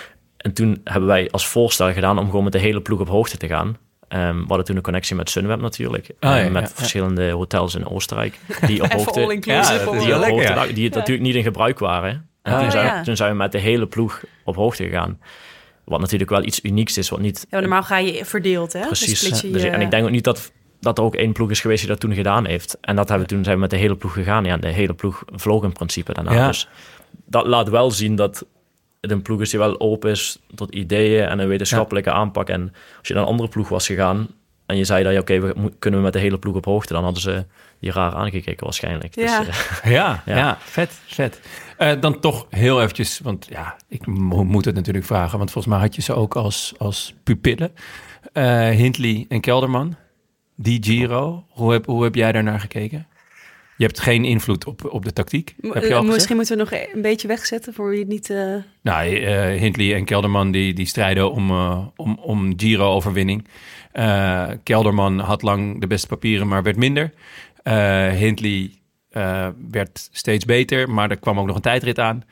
Speaker 6: En toen hebben wij als voorstel gedaan... om gewoon met de hele ploeg op hoogte te gaan. Um, we hadden toen een connectie met Sunweb natuurlijk.
Speaker 7: Ah, ja,
Speaker 6: met
Speaker 7: ja,
Speaker 6: verschillende ja. hotels in Oostenrijk. Die op hoogte,
Speaker 4: all inclusive,
Speaker 6: ja, die, op
Speaker 7: lekker,
Speaker 6: hoogte
Speaker 7: ja.
Speaker 6: die ja. natuurlijk niet in gebruik waren. En
Speaker 7: ah,
Speaker 6: toen, zijn,
Speaker 4: ja.
Speaker 6: toen zijn we met de hele ploeg op hoogte gegaan. Wat natuurlijk wel iets unieks is. Wat niet,
Speaker 4: ja, normaal ga je verdeeld, hè?
Speaker 6: Precies.
Speaker 4: Dus je,
Speaker 6: dus, en ik denk ook niet dat... dat er ook één ploeg is geweest die dat toen gedaan heeft. En dat hebben we toen zijn we met de hele ploeg gegaan. Ja, de hele ploeg vloog in principe daarna. Ja. Dus dat laat wel zien dat het een ploeg is die wel open is tot ideeën en een wetenschappelijke ja. aanpak. En als je naar een andere ploeg was gegaan en je zei dat, ja, oké, okay, we kunnen we met de hele ploeg op hoogte, dan hadden ze je raar aangekeken waarschijnlijk.
Speaker 4: Ja,
Speaker 6: dus, uh,
Speaker 7: ja, ja. ja, vet, vet. Uh, dan toch heel eventjes, want ja, ik mo- moet het natuurlijk vragen, want volgens mij had je ze ook als, als pupillen. Uh, Hindley en Kelderman. Die Giro, hoe heb, hoe heb jij daarnaar gekeken? Je hebt geen invloed op, op de tactiek,
Speaker 4: M-
Speaker 7: heb je al
Speaker 4: Misschien
Speaker 7: gezegd?
Speaker 4: moeten we nog een beetje wegzetten voor wie het niet... Uh...
Speaker 7: Nou, uh, Hindley en Kelderman die, die strijden om, uh, om, om Giro-overwinning. Uh, Kelderman had lang de beste papieren, maar werd minder. Uh, Hindley uh, werd steeds beter, maar er kwam ook nog een tijdrit aan.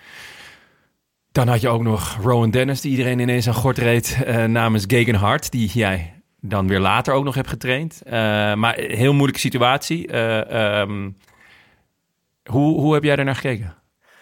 Speaker 7: Dan had je ook nog Rowan Dennis, die iedereen ineens aan gort reed, uh, namens Gegenhardt, die jij... dan weer later ook nog heb getraind. Uh, maar een heel moeilijke situatie. Uh, um, hoe, hoe heb jij daarnaar gekeken?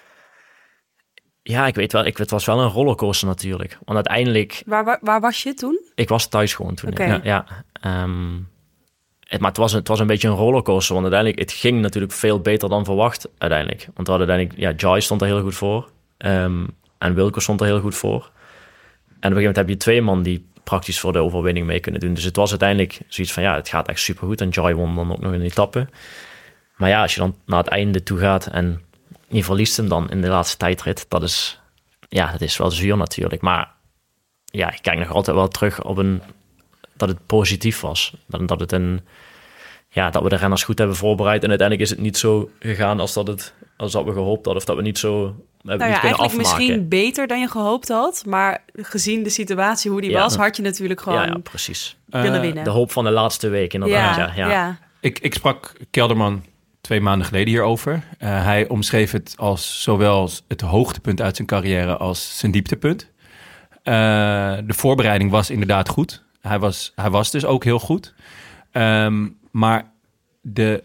Speaker 6: Ja, ik weet wel. Ik, het was wel een rollercoaster natuurlijk. Want uiteindelijk...
Speaker 4: Waar, waar, waar was je toen?
Speaker 6: Ik was thuis gewoon toen.
Speaker 4: Okay.
Speaker 6: Ja, ja. Um, het, maar het was, het was een beetje een rollercoaster. Want uiteindelijk, het ging natuurlijk veel beter dan verwacht uiteindelijk. Want we hadden uiteindelijk... Ja, Jai stond er heel goed voor. Um, en Wilco stond er heel goed voor. En op een gegeven moment heb je twee man die... praktisch voor de overwinning mee kunnen doen. Dus het was uiteindelijk zoiets van, ja, het gaat echt supergoed. En Jai won dan ook nog een etappe. Maar ja, als je dan naar het einde toe gaat en je verliest hem dan in de laatste tijdrit, dat is, ja, dat is wel zuur natuurlijk. Maar ja, ik kijk nog altijd wel terug op een, dat het positief was. Dat, dat het een, ja, dat we de renners goed hebben voorbereid. En uiteindelijk is het niet zo gegaan als dat, het, als dat we gehoopt hadden. Of dat we niet zo hebben
Speaker 4: nou
Speaker 6: niet
Speaker 4: ja,
Speaker 6: kunnen
Speaker 4: eigenlijk
Speaker 6: afmaken.
Speaker 4: misschien beter dan je gehoopt had. Maar gezien de situatie hoe die
Speaker 6: ja.
Speaker 4: was, had je natuurlijk gewoon
Speaker 6: ja, ja, precies.
Speaker 4: willen
Speaker 7: Uh,
Speaker 4: winnen.
Speaker 6: De hoop van de laatste week inderdaad. Ja, ja, ja.
Speaker 4: ja.
Speaker 7: Ik, ik sprak Kelderman twee maanden geleden hierover. Uh, hij omschreef het als zowel het hoogtepunt uit zijn carrière als zijn dieptepunt. Uh, de voorbereiding was inderdaad goed. Hij was, hij was dus ook heel goed. Um, maar de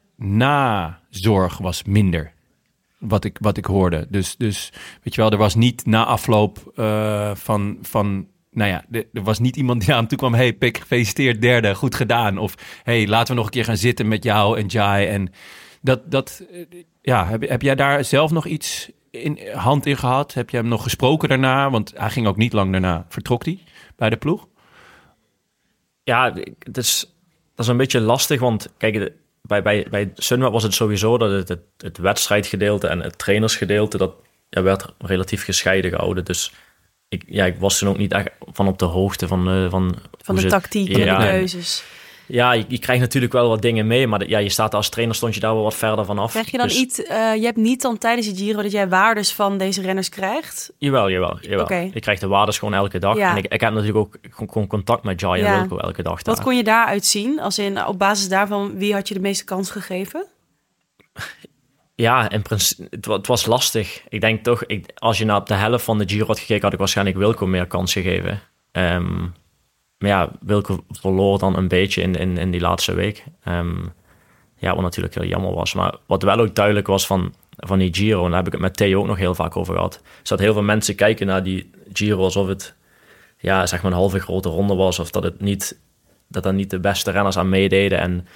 Speaker 7: nazorg was minder. Wat ik, wat ik hoorde. Dus, dus weet je wel, er was niet na afloop uh, van... van nou ja, er, er was niet iemand die aan toe kwam... hey Pik, gefeliciteerd, derde, goed gedaan. Of hey, laten we nog een keer gaan zitten met jou en Jai. En dat, dat ja, heb, heb jij daar zelf nog iets in hand in gehad? Heb je hem nog gesproken daarna? Want hij ging ook niet lang daarna, vertrok hij bij de ploeg?
Speaker 6: Ja, het is, dat is een beetje lastig, want kijk... De, Bij, bij, bij Sunweb was het sowieso dat het, het, het wedstrijdgedeelte en het trainersgedeelte, dat ja, werd relatief gescheiden gehouden. Dus ik, ja, ik was toen ook niet echt van op de hoogte van... Uh, van
Speaker 4: van de
Speaker 6: ze,
Speaker 4: tactiek
Speaker 6: ja,
Speaker 4: en de keuzes.
Speaker 6: Ja, je, je krijgt natuurlijk wel wat dingen mee, maar de, ja, je staat als trainer stond je daar wel wat verder vanaf.
Speaker 4: Krijg je dan
Speaker 6: dus,
Speaker 4: iets, uh, je hebt niet dan tijdens de Giro dat jij waardes van deze renners krijgt?
Speaker 6: Jawel, jawel. jawel.
Speaker 4: Okay.
Speaker 6: Je krijgt de waardes gewoon elke dag. Ja. En ik, ik heb natuurlijk ook gewoon contact met Jai en ja. Wilco elke dag. Daar.
Speaker 4: Wat kon je daaruit zien? Als in, op basis daarvan, wie had je de meeste kans gegeven?
Speaker 6: Ja, in principe, het, het was lastig. Ik denk toch, ik, als je naar de helft van de Giro had gekeken, had ik waarschijnlijk Wilco meer kans gegeven. Um, maar ja, Wilco verloor dan een beetje in, in, in die laatste week. Um, ja, wat natuurlijk heel jammer was. Maar wat wel ook duidelijk was van, van die Giro, en daar heb ik het met Theo ook nog heel vaak over gehad, is dat heel veel mensen kijken naar die Giro alsof het ja, zeg maar een halve grote ronde was, of dat het niet, dat er niet de beste renners aan meededen. En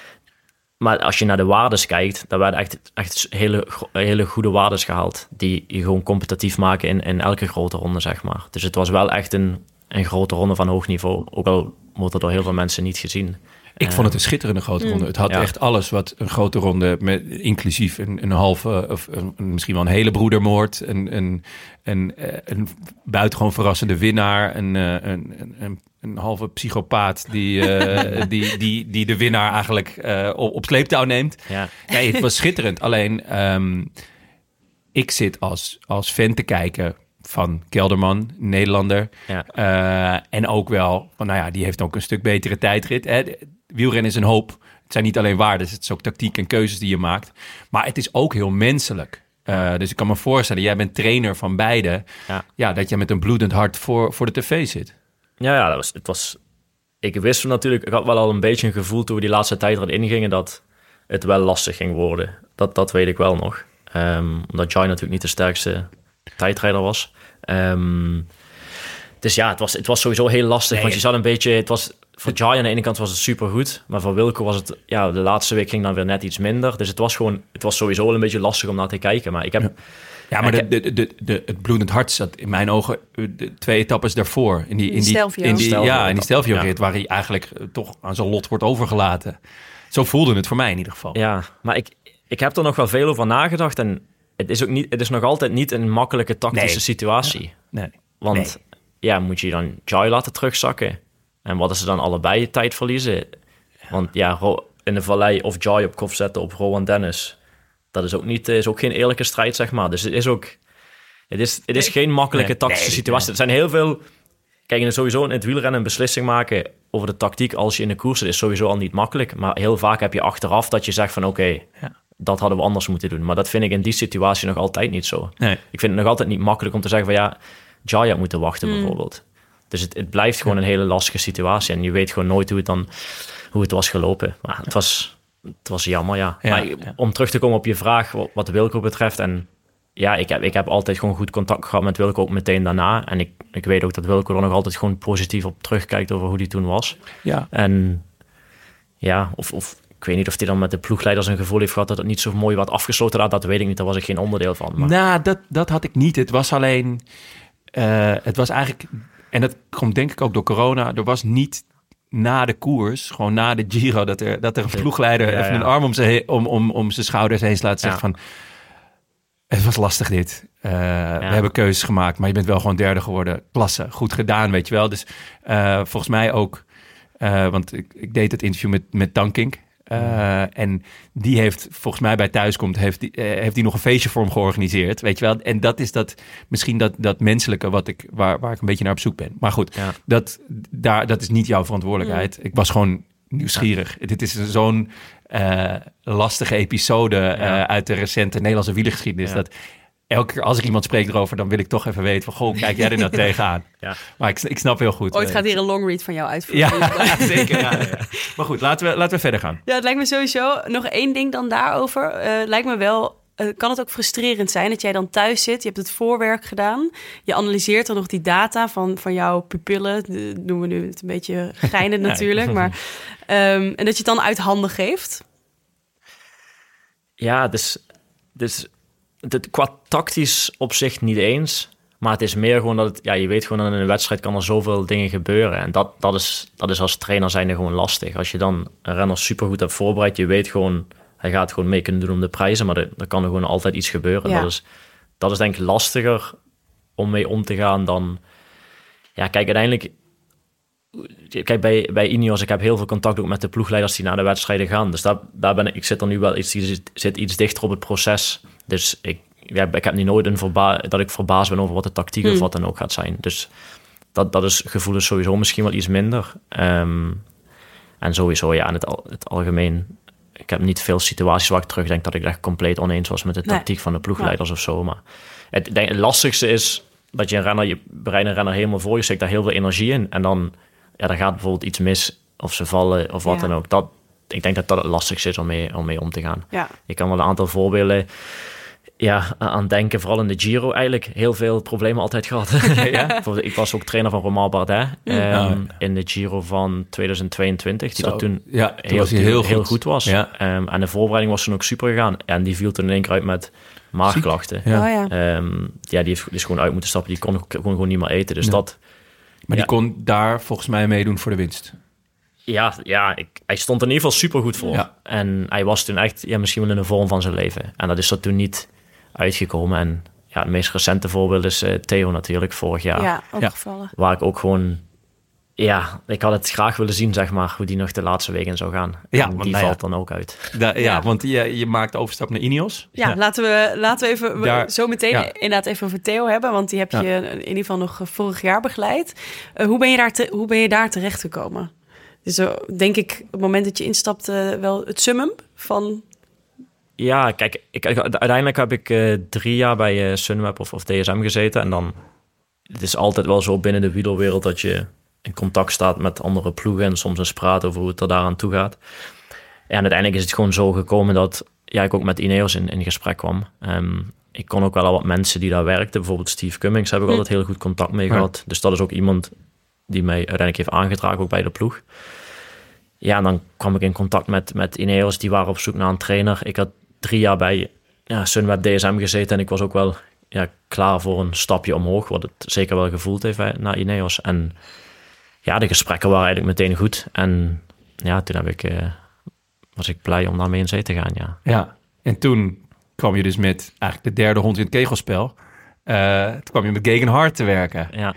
Speaker 6: maar als je naar de waardes kijkt, daar werden echt, echt hele, hele goede waardes gehaald. Die je gewoon competitief maken in, in elke grote ronde, zeg maar. Dus het was wel echt een, een grote ronde van hoog niveau. Ook al wordt er door heel veel mensen niet gezien.
Speaker 7: Ik vond het een schitterende grote ronde. Het had ja. echt alles wat een grote ronde, met, inclusief een, een halve, of een, misschien wel een hele broedermoord, een, een, een, een buitengewoon verrassende winnaar, een, een, een, een halve psychopaat die, uh, die, die, die de winnaar eigenlijk uh, op, op sleeptouw neemt. Ja. Nee, het was schitterend. Alleen, um, ik zit als, als fan te kijken van Kelderman, Nederlander. Ja. Uh, en ook wel, van, nou ja, die heeft ook een stuk betere tijdrit. Hè. Wielrennen is een hoop. Het zijn niet alleen waardes, het is ook tactiek en keuzes die je maakt. Maar het is ook heel menselijk. Uh, dus ik kan me voorstellen, jij bent trainer van beide. Ja, ja dat je met een bloedend hart voor, voor de tv zit.
Speaker 6: Ja, ja dat was, het was... Ik wist natuurlijk... Ik had wel al een beetje een gevoel toen we die laatste tijd erin ingingen dat het wel lastig ging worden. Dat, dat weet ik wel nog. Um, omdat Jai natuurlijk niet de sterkste tijdrijder was. Um, dus ja, het was, het was sowieso heel lastig. Nee, want je zat een beetje... Het was, voor Jai aan de ene kant was het supergoed. Maar voor Wilco was het... Ja, de laatste week ging dan weer net iets minder. Dus het was gewoon... Het was sowieso wel een beetje lastig om naar te kijken. Maar ik heb...
Speaker 7: Ja. Ja, maar de, de, de, de, het bloedend hart zat in mijn ogen de twee etappes daarvoor. In die, in die, in die, ja, in die Stelvio-rit, ja. waar hij eigenlijk toch aan zijn lot wordt overgelaten. Zo voelde het voor mij in ieder geval.
Speaker 6: Ja, maar ik, ik heb er nog wel veel over nagedacht. En het is, ook niet, het is nog altijd niet een makkelijke tactische nee. situatie.
Speaker 7: Nee.
Speaker 6: Want
Speaker 7: nee.
Speaker 6: ja, moet je dan Jai laten terugzakken? En wat is er dan allebei tijd verliezen? Want ja, in de vallei of Jai op kop zetten op Rowan Dennis... Dat is ook, niet, is ook geen eerlijke strijd, zeg maar. Dus het is ook... Het is, het is nee. geen makkelijke nee. tactische nee. situatie. Nee. Er zijn heel veel... Kijk, je sowieso in het wielrennen een beslissing maken over de tactiek als je in de koers zit, is sowieso al niet makkelijk. Maar heel vaak heb je achteraf dat je zegt van oké, okay, ja. dat hadden we anders moeten doen. Maar dat vind ik in die situatie nog altijd niet zo. Nee. Ik vind het nog altijd niet makkelijk om te zeggen van ja, Jai had moeten wachten mm. bijvoorbeeld. Dus het, het blijft gewoon ja. een hele lastige situatie. En je weet gewoon nooit hoe het dan hoe het was gelopen. Maar het was... Het was jammer, ja. ja, maar, ja. Om terug te komen op je vraag wat de Wilco betreft. En ja, ik heb, ik heb altijd gewoon goed contact gehad met Wilco, ook meteen daarna. En ik, ik weet ook dat Wilco er nog altijd gewoon positief op terugkijkt over hoe die toen was.
Speaker 7: Ja.
Speaker 6: En ja, of, of ik weet niet of hij dan met de ploegleiders een gevoel heeft gehad dat het niet zo mooi werd afgesloten had. Dat weet ik niet, daar was ik geen onderdeel van. Maar...
Speaker 7: Nou, dat, dat had ik niet. Het was alleen... Uh, het was eigenlijk... En dat komt denk ik ook door corona. Er was niet... na de koers, gewoon na de Giro, dat er, dat er een ploegleider ja, even ja. een arm om zijn, om, om, om zijn schouders heen slaat, zegt ja. van, het was lastig dit. Uh, ja. We hebben keuzes gemaakt, maar je bent wel gewoon derde geworden. Klasse, goed gedaan, weet je wel. Dus uh, volgens mij ook, uh, want ik, ik deed het interview met, met Tankink. Uh, en die heeft, volgens mij bij Thuiskomt, heeft die, uh, heeft die nog een feestje voor hem georganiseerd, weet je wel. En dat is dat, misschien dat, dat menselijke wat ik, waar, waar ik een beetje naar op zoek ben. Maar goed, ja. dat, daar, dat is niet jouw verantwoordelijkheid. Ja. Ik was gewoon nieuwsgierig. Ja. Dit is zo'n uh, lastige episode uh, ja. uit de recente Nederlandse wielergeschiedenis. Ja. Dat elke keer als ik iemand spreek erover, dan wil ik toch even weten van, goh, kijk jij er nou tegenaan? Ja. Maar ik, ik snap heel goed.
Speaker 4: Ooit gaat hier een longread van jou uitvoeren.
Speaker 7: Ja, zeker. Ja, ja. Maar goed, laten we, laten we verder gaan.
Speaker 4: Ja, het lijkt me sowieso nog één ding dan daarover. Uh, lijkt me wel, uh, kan het ook frustrerend zijn dat jij dan thuis zit. Je hebt het voorwerk gedaan. Je analyseert dan nog die data van, van jouw pupillen. De, doen we nu het een beetje geinend natuurlijk. Maar, um, en dat je het dan uit handen geeft.
Speaker 6: Ja, dus... dus... Het, qua tactisch opzicht niet eens. Maar het is meer gewoon dat het... Ja, je weet gewoon dat in een wedstrijd kan er zoveel dingen gebeuren. En dat, dat, is, dat is als trainer zijnde gewoon lastig. Als je dan een renner supergoed hebt voorbereid, je weet gewoon... Hij gaat gewoon mee kunnen doen om de prijzen. Maar er, er kan er gewoon altijd iets gebeuren. Ja. Dat is, dat is denk ik lastiger om mee om te gaan dan... Ja, kijk, uiteindelijk... Kijk, bij, bij Ineos, ik heb heel veel contact ook met de ploegleiders die naar de wedstrijden gaan. Dus daar, daar ben ik, ik zit er nu wel iets, zit iets dichter op het proces. Dus ik, ja, ik heb nu nooit een verba- dat ik verbaasd ben over wat de tactiek hmm. of wat dan ook gaat zijn. Dus dat, dat is gevoel is sowieso misschien wel iets minder. Um, en sowieso, ja, in het, al, het algemeen... Ik heb niet veel situaties waar ik terugdenk dat ik echt compleet oneens was met de tactiek nee. van de ploegleiders ja. of zo. Maar het, denk, het lastigste is dat je een renner, je bereidt een renner helemaal voor, je steekt daar heel veel energie in. En dan, ja, dan gaat bijvoorbeeld iets mis of ze vallen of wat ja. dan ook. Dat, ik denk dat dat het lastigste is om mee om, mee om te gaan. Ja. Ik kan wel een aantal voorbeelden ja, aan denken, vooral in de Giro eigenlijk heel veel problemen altijd gehad. ja? Ik was ook trainer van Romain Bardet um, ja. in de Giro van tweeduizend tweeëntwintig, die Zo, dat toen,
Speaker 7: ja, toen
Speaker 6: heel,
Speaker 7: was heel, heel,
Speaker 6: heel
Speaker 7: goed.
Speaker 6: goed was. Ja. Um, en de voorbereiding was toen ook super gegaan. En die viel toen in één keer uit met maagklachten. Ja. Oh, ja. Um, ja, die, heeft, die is gewoon uit moeten stappen. Die kon, kon gewoon niet meer eten. Dus nee. dat,
Speaker 7: maar
Speaker 6: ja.
Speaker 7: die kon daar volgens mij meedoen voor de winst.
Speaker 6: Ja, ja ik, hij stond er in ieder geval super goed voor. Ja. En hij was toen echt ja, misschien wel in de vorm van zijn leven. En dat is er toen niet uitgekomen. En ja, het meest recente voorbeeld is uh, Theo natuurlijk, vorig jaar.
Speaker 4: Ja, opgevallen. Ja.
Speaker 6: Waar ik ook gewoon... Ja, ik had het graag willen zien, zeg maar, hoe die nog de laatste weken zou gaan.
Speaker 7: Ja,
Speaker 6: en die
Speaker 7: nou
Speaker 6: valt
Speaker 7: ja.
Speaker 6: dan ook uit.
Speaker 7: Da, ja, ja, want je, je maakt de overstap naar Ineos.
Speaker 4: Ja, ja. Laten, we, laten we even Daar, zo meteen ja. inderdaad even over Theo hebben. Want die heb je ja. in ieder geval nog vorig jaar begeleid. Uh, hoe, ben je daar te, hoe ben je daar terecht gekomen? Dus uh, denk ik, op het moment dat je instapt, uh, wel het summum van...
Speaker 6: Ja, kijk, ik, uiteindelijk heb ik uh, drie jaar bij uh, Sunweb of, of D S M gezeten. En dan, het is altijd wel zo binnen de wielerwereld dat je in contact staat met andere ploegen en soms eens praat over hoe het er daaraan toe gaat. En uiteindelijk is het gewoon zo gekomen dat ja, ik ook met Ineos in, in gesprek kwam. Um, ik kon ook wel al wat mensen die daar werkten, bijvoorbeeld Steve Cummings, heb ik hm. altijd heel goed contact mee gehad. Ja. Dus dat is ook iemand die mij uiteindelijk heeft aangedragen, ook bij de ploeg. Ja, en dan kwam ik in contact met, met Ineos, die waren op zoek naar een trainer. Ik had drie jaar bij ja, Sunweb D S M gezeten en ik was ook wel ja, klaar voor een stapje omhoog, wat het zeker wel gevoeld heeft hè, naar Ineos. En ja, de gesprekken waren eigenlijk meteen goed. En ja, toen heb ik, uh, was ik blij om daarmee in zee te gaan, ja.
Speaker 7: Ja, en toen kwam je dus met eigenlijk de derde hond in het kegelspel. Uh, toen kwam je met Gegenhardt te werken.
Speaker 6: Ja.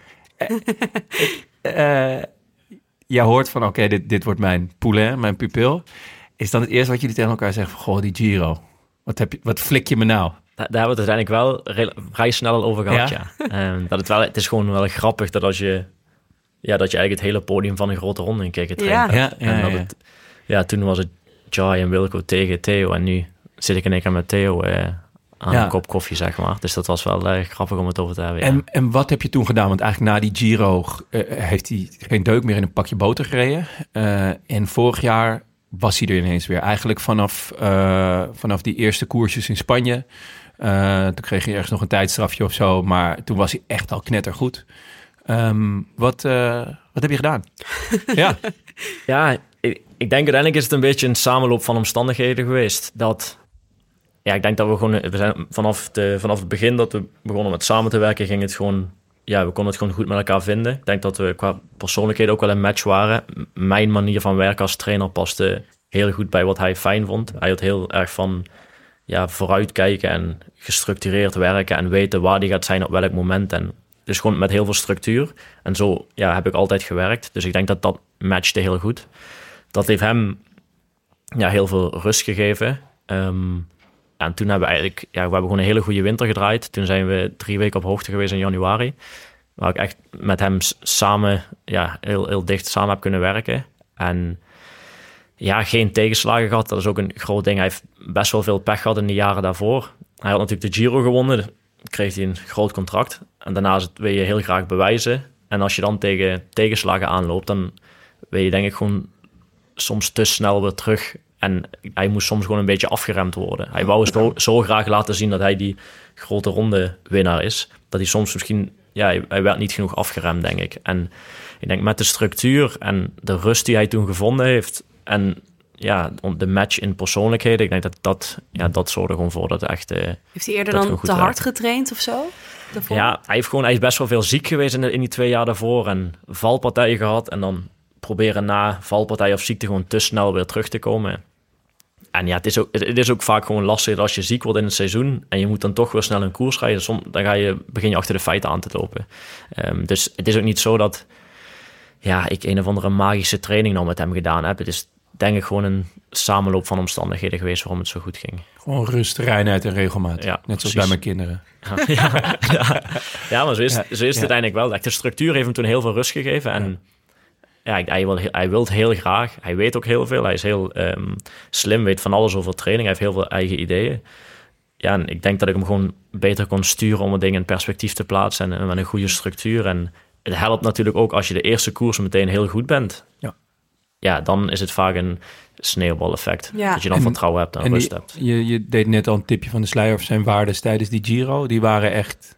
Speaker 7: Uh, uh, jij hoort van, oké, okay, dit, dit wordt mijn poulain, mijn pupil. Is dan het eerste wat jullie tegen elkaar zeggen van, goh, die Giro, wat, heb je, wat flik je me nou?
Speaker 6: Daar, daar hebben we het uiteindelijk wel re- vrij snel al over gehad, ja. ja. Um, dat het, wel, het is gewoon wel grappig dat als je... Ja, dat je eigenlijk het hele podium van een grote ronde in keek te
Speaker 7: ja. ja, ja,
Speaker 6: en dat
Speaker 7: ja.
Speaker 6: Het, ja, toen was het Jai en Wilco tegen Theo. En nu zit ik in één keer met Theo uh, aan ja. een kop koffie, zeg maar. Dus dat was wel uh, grappig om het over te hebben. Ja.
Speaker 7: En, en wat heb je toen gedaan? Want eigenlijk na die Giro uh, heeft hij geen deuk meer in een pakje boter gereden. Uh, en vorig jaar was hij er ineens weer. Eigenlijk vanaf, uh, vanaf die eerste koersjes in Spanje. Uh, toen kreeg hij ergens nog een tijdstrafje of zo. Maar toen was hij echt al knettergoed. Um, wat, uh, wat heb je gedaan? ja,
Speaker 6: ja ik, ik denk uiteindelijk is het een beetje een samenloop van omstandigheden geweest. Dat, ja, ik denk dat we gewoon, we zijn vanaf, de, vanaf het begin dat we begonnen met samen te werken, ging het gewoon, ja, we konden het gewoon goed met elkaar vinden. Ik denk dat we qua persoonlijkheden ook wel een match waren. Mijn manier van werken als trainer paste heel goed bij wat hij fijn vond. Hij had heel erg van, ja, vooruitkijken en gestructureerd werken en weten waar die gaat zijn op welk moment en dus gewoon met heel veel structuur. En zo ja, heb ik altijd gewerkt. Dus ik denk dat dat matchte heel goed. Dat heeft hem ja, heel veel rust gegeven. Um, en toen hebben we eigenlijk... Ja, we hebben gewoon een hele goede winter gedraaid. Toen zijn we drie weken op hoogte geweest in januari. Waar ik echt met hem samen... Ja, heel, heel dicht samen heb kunnen werken. En ja, geen tegenslagen gehad. Dat is ook een groot ding. Hij heeft best wel veel pech gehad in de jaren daarvoor. Hij had natuurlijk de Giro gewonnen. Kreeg hij een groot contract. En daarna wil je heel graag bewijzen. En als je dan tegen tegenslagen aanloopt, dan wil je denk ik gewoon soms te snel weer terug. En hij moest soms gewoon een beetje afgeremd worden. Hij wou zo, zo graag laten zien dat hij die grote ronde winnaar is. Dat hij soms misschien, ja, hij werd niet genoeg afgeremd, denk ik. En ik denk met de structuur en de rust die hij toen gevonden heeft en ja, de match in persoonlijkheden. Ik denk dat dat, ja, dat zorgde er gewoon voor dat echt... Uh,
Speaker 4: heeft hij eerder dan te hard getraind of zo? Daarvoor?
Speaker 6: Ja, hij heeft gewoon, hij is best wel veel ziek geweest in, de, in die twee jaar daarvoor en valpartijen gehad en dan proberen na valpartij of ziekte gewoon te snel weer terug te komen. En ja, het is ook, het is ook vaak gewoon lastig als je ziek wordt in het seizoen en je moet dan toch weer snel een koers rijden. Dan ga je, begin je achter de feiten aan te lopen. Um, dus het is ook niet zo dat... ja, ik een of andere magische training nou met hem gedaan heb. Het is denk ik gewoon een samenloop van omstandigheden geweest waarom het zo goed ging.
Speaker 7: Gewoon rust, reinheid en regelmaat.
Speaker 6: Ja,
Speaker 7: Net zoals
Speaker 6: precies.
Speaker 7: bij mijn kinderen.
Speaker 6: Ja, ja, ja, maar zo is,
Speaker 7: Ja,
Speaker 6: zo is het
Speaker 7: ja.
Speaker 6: uiteindelijk wel. De structuur heeft hem toen heel veel rust gegeven. En ja, ja hij, wil, hij wil het heel graag. Hij weet ook heel veel. Hij is heel um, slim, weet van alles over training. Hij heeft heel veel eigen ideeën. Ja, en ik denk dat ik hem gewoon beter kon sturen om het ding in perspectief te plaatsen. En, en met een goede structuur. En het helpt natuurlijk ook als je de eerste koers meteen heel goed bent.
Speaker 7: Ja.
Speaker 6: Ja, dan is het vaak een sneeuwbaleffect.
Speaker 4: Ja.
Speaker 6: Dat je dan
Speaker 7: En-
Speaker 6: vertrouwen hebt en,
Speaker 7: En
Speaker 6: rust
Speaker 7: die-
Speaker 6: hebt.
Speaker 7: je, je deed net al een tipje van de sluier over zijn waardes tijdens die Giro. Die waren echt,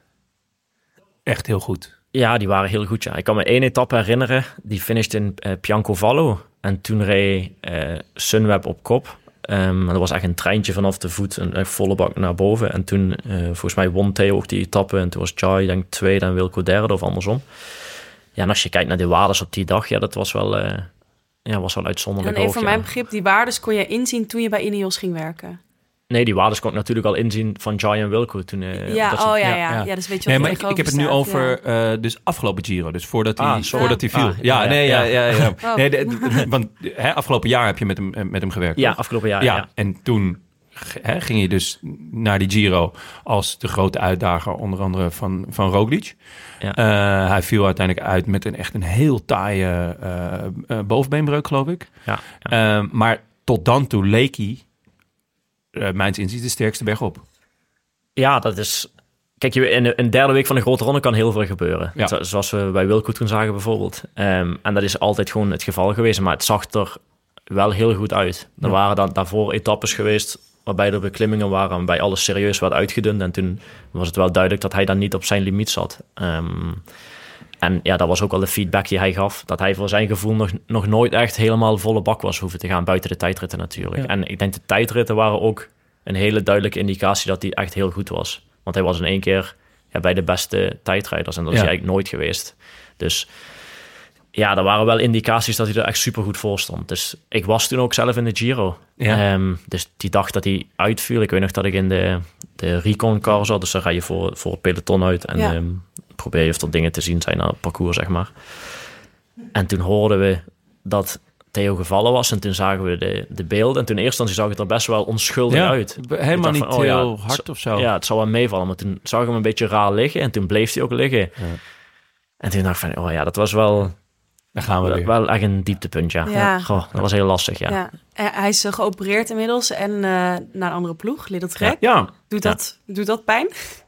Speaker 7: echt heel goed.
Speaker 6: Ja, die waren heel goed, ja. Ik kan me één etappe herinneren. Die finishte in uh, Biancovallo. En toen reed uh, Sunweb op kop. Um, dat was echt een treintje vanaf de voet. Een, een volle bak naar boven. En toen, uh, volgens mij, won Theo ook die etappe. En toen was Jai, denk ik, tweede en Wilco derde of andersom. Ja, en als je kijkt naar de waardes op die dag, ja, dat was wel, uh, ja, was wel uitzonderlijk
Speaker 4: En even
Speaker 6: hoog.
Speaker 4: voor
Speaker 6: Ja.
Speaker 4: mijn begrip, die waardes kon je inzien toen je bij Ineos ging werken.
Speaker 6: Nee, die waardes kon ik natuurlijk al inzien van Jai en Wilco. Toen, uh,
Speaker 4: ja,
Speaker 6: dat ze-
Speaker 4: oh ja,
Speaker 7: ja,
Speaker 4: ja,
Speaker 7: ja.
Speaker 4: ja. Dus weet je
Speaker 7: Nee,
Speaker 4: wat
Speaker 7: maar
Speaker 4: er
Speaker 7: ik, ik heb het nu
Speaker 4: tegenover
Speaker 7: over
Speaker 4: staat,
Speaker 7: uh, dus afgelopen Giro. Dus voordat hij,
Speaker 6: Ah, sorry.
Speaker 7: voordat hij viel.
Speaker 6: Ah,
Speaker 7: ja,
Speaker 6: ja,
Speaker 7: nee, ja, ja. ja, ja.
Speaker 4: Oh.
Speaker 7: Nee, de- de- want hè, afgelopen jaar heb je met hem, eh, met hem gewerkt.
Speaker 6: Ja,
Speaker 7: toch?
Speaker 6: afgelopen jaar,
Speaker 7: ja,
Speaker 6: ja.
Speaker 7: en toen hè, ging je dus naar die Giro als de grote uitdager, onder andere van, van Roglic.
Speaker 6: Ja.
Speaker 7: Uh, hij viel uiteindelijk uit met een echt een heel taaie uh, uh, bovenbeenbreuk, geloof ik.
Speaker 6: Ja, ja.
Speaker 7: Uh, maar tot dan toe leek hij, uh, mijns inziens, de sterkste berg op.
Speaker 6: Ja, dat is... Kijk, je- in de, in de derde week van de grote ronde kan heel veel gebeuren.
Speaker 7: Ja.
Speaker 6: Zo- Zoals we bij Wilco toen zagen bijvoorbeeld. Um, en dat is altijd gewoon het geval geweest. Maar het zag er wel heel goed uit. Er
Speaker 7: Ja.
Speaker 6: waren dan daarvoor etappes geweest waarbij er beklimmingen waren, waarbij alles serieus werd uitgedund. En toen was het wel duidelijk dat hij dan niet op zijn limiet zat. Um, en ja, dat was ook al de feedback die hij gaf. Dat hij voor zijn gevoel nog, nog nooit echt helemaal volle bak was hoeven te gaan. Buiten de tijdritten natuurlijk.
Speaker 7: Ja.
Speaker 6: En ik denk de tijdritten waren ook een hele duidelijke indicatie dat hij echt heel goed was. Want hij was in één keer ja, bij de beste tijdrijders. En dat is
Speaker 7: Ja.
Speaker 6: hij eigenlijk nooit geweest. Dus ja, er waren wel indicaties dat hij er echt super goed voor stond. Dus ik was toen ook zelf in de Giro.
Speaker 7: Ja.
Speaker 6: Ehm, dus die dag dat hij uitviel, ik weet nog dat ik in de, de Recon car zat. Dus dan ga je voor, voor het peloton uit en
Speaker 4: Ja.
Speaker 6: ehm, probeer je of er dingen te zien zijn aan het parcours, zeg maar. En toen hoorden we dat Theo gevallen was. En toen zagen we de, de beelden. En toen in eerste instantie zag het er best wel onschuldig
Speaker 7: Ja,
Speaker 6: uit.
Speaker 7: helemaal
Speaker 6: Ik dacht
Speaker 7: niet
Speaker 6: van, oh ja,
Speaker 7: heel
Speaker 6: het
Speaker 7: hard
Speaker 6: z-
Speaker 7: of zo.
Speaker 6: Ja, het zou wel meevallen. Maar toen zag ik hem een beetje raar liggen. En toen bleef hij ook liggen.
Speaker 7: Ja.
Speaker 6: En toen dacht ik van, oh ja, dat was wel,
Speaker 7: Daar gaan we
Speaker 6: wel,
Speaker 7: weer.
Speaker 6: wel echt een dieptepunt, ja.
Speaker 4: Ja.
Speaker 6: Goh, dat was heel lastig, ja.
Speaker 4: Ja. En hij is uh, geopereerd inmiddels en uh, naar een andere ploeg, Little Trek.
Speaker 7: Ja,
Speaker 4: Doet,
Speaker 6: Ja.
Speaker 4: dat, doet dat pijn?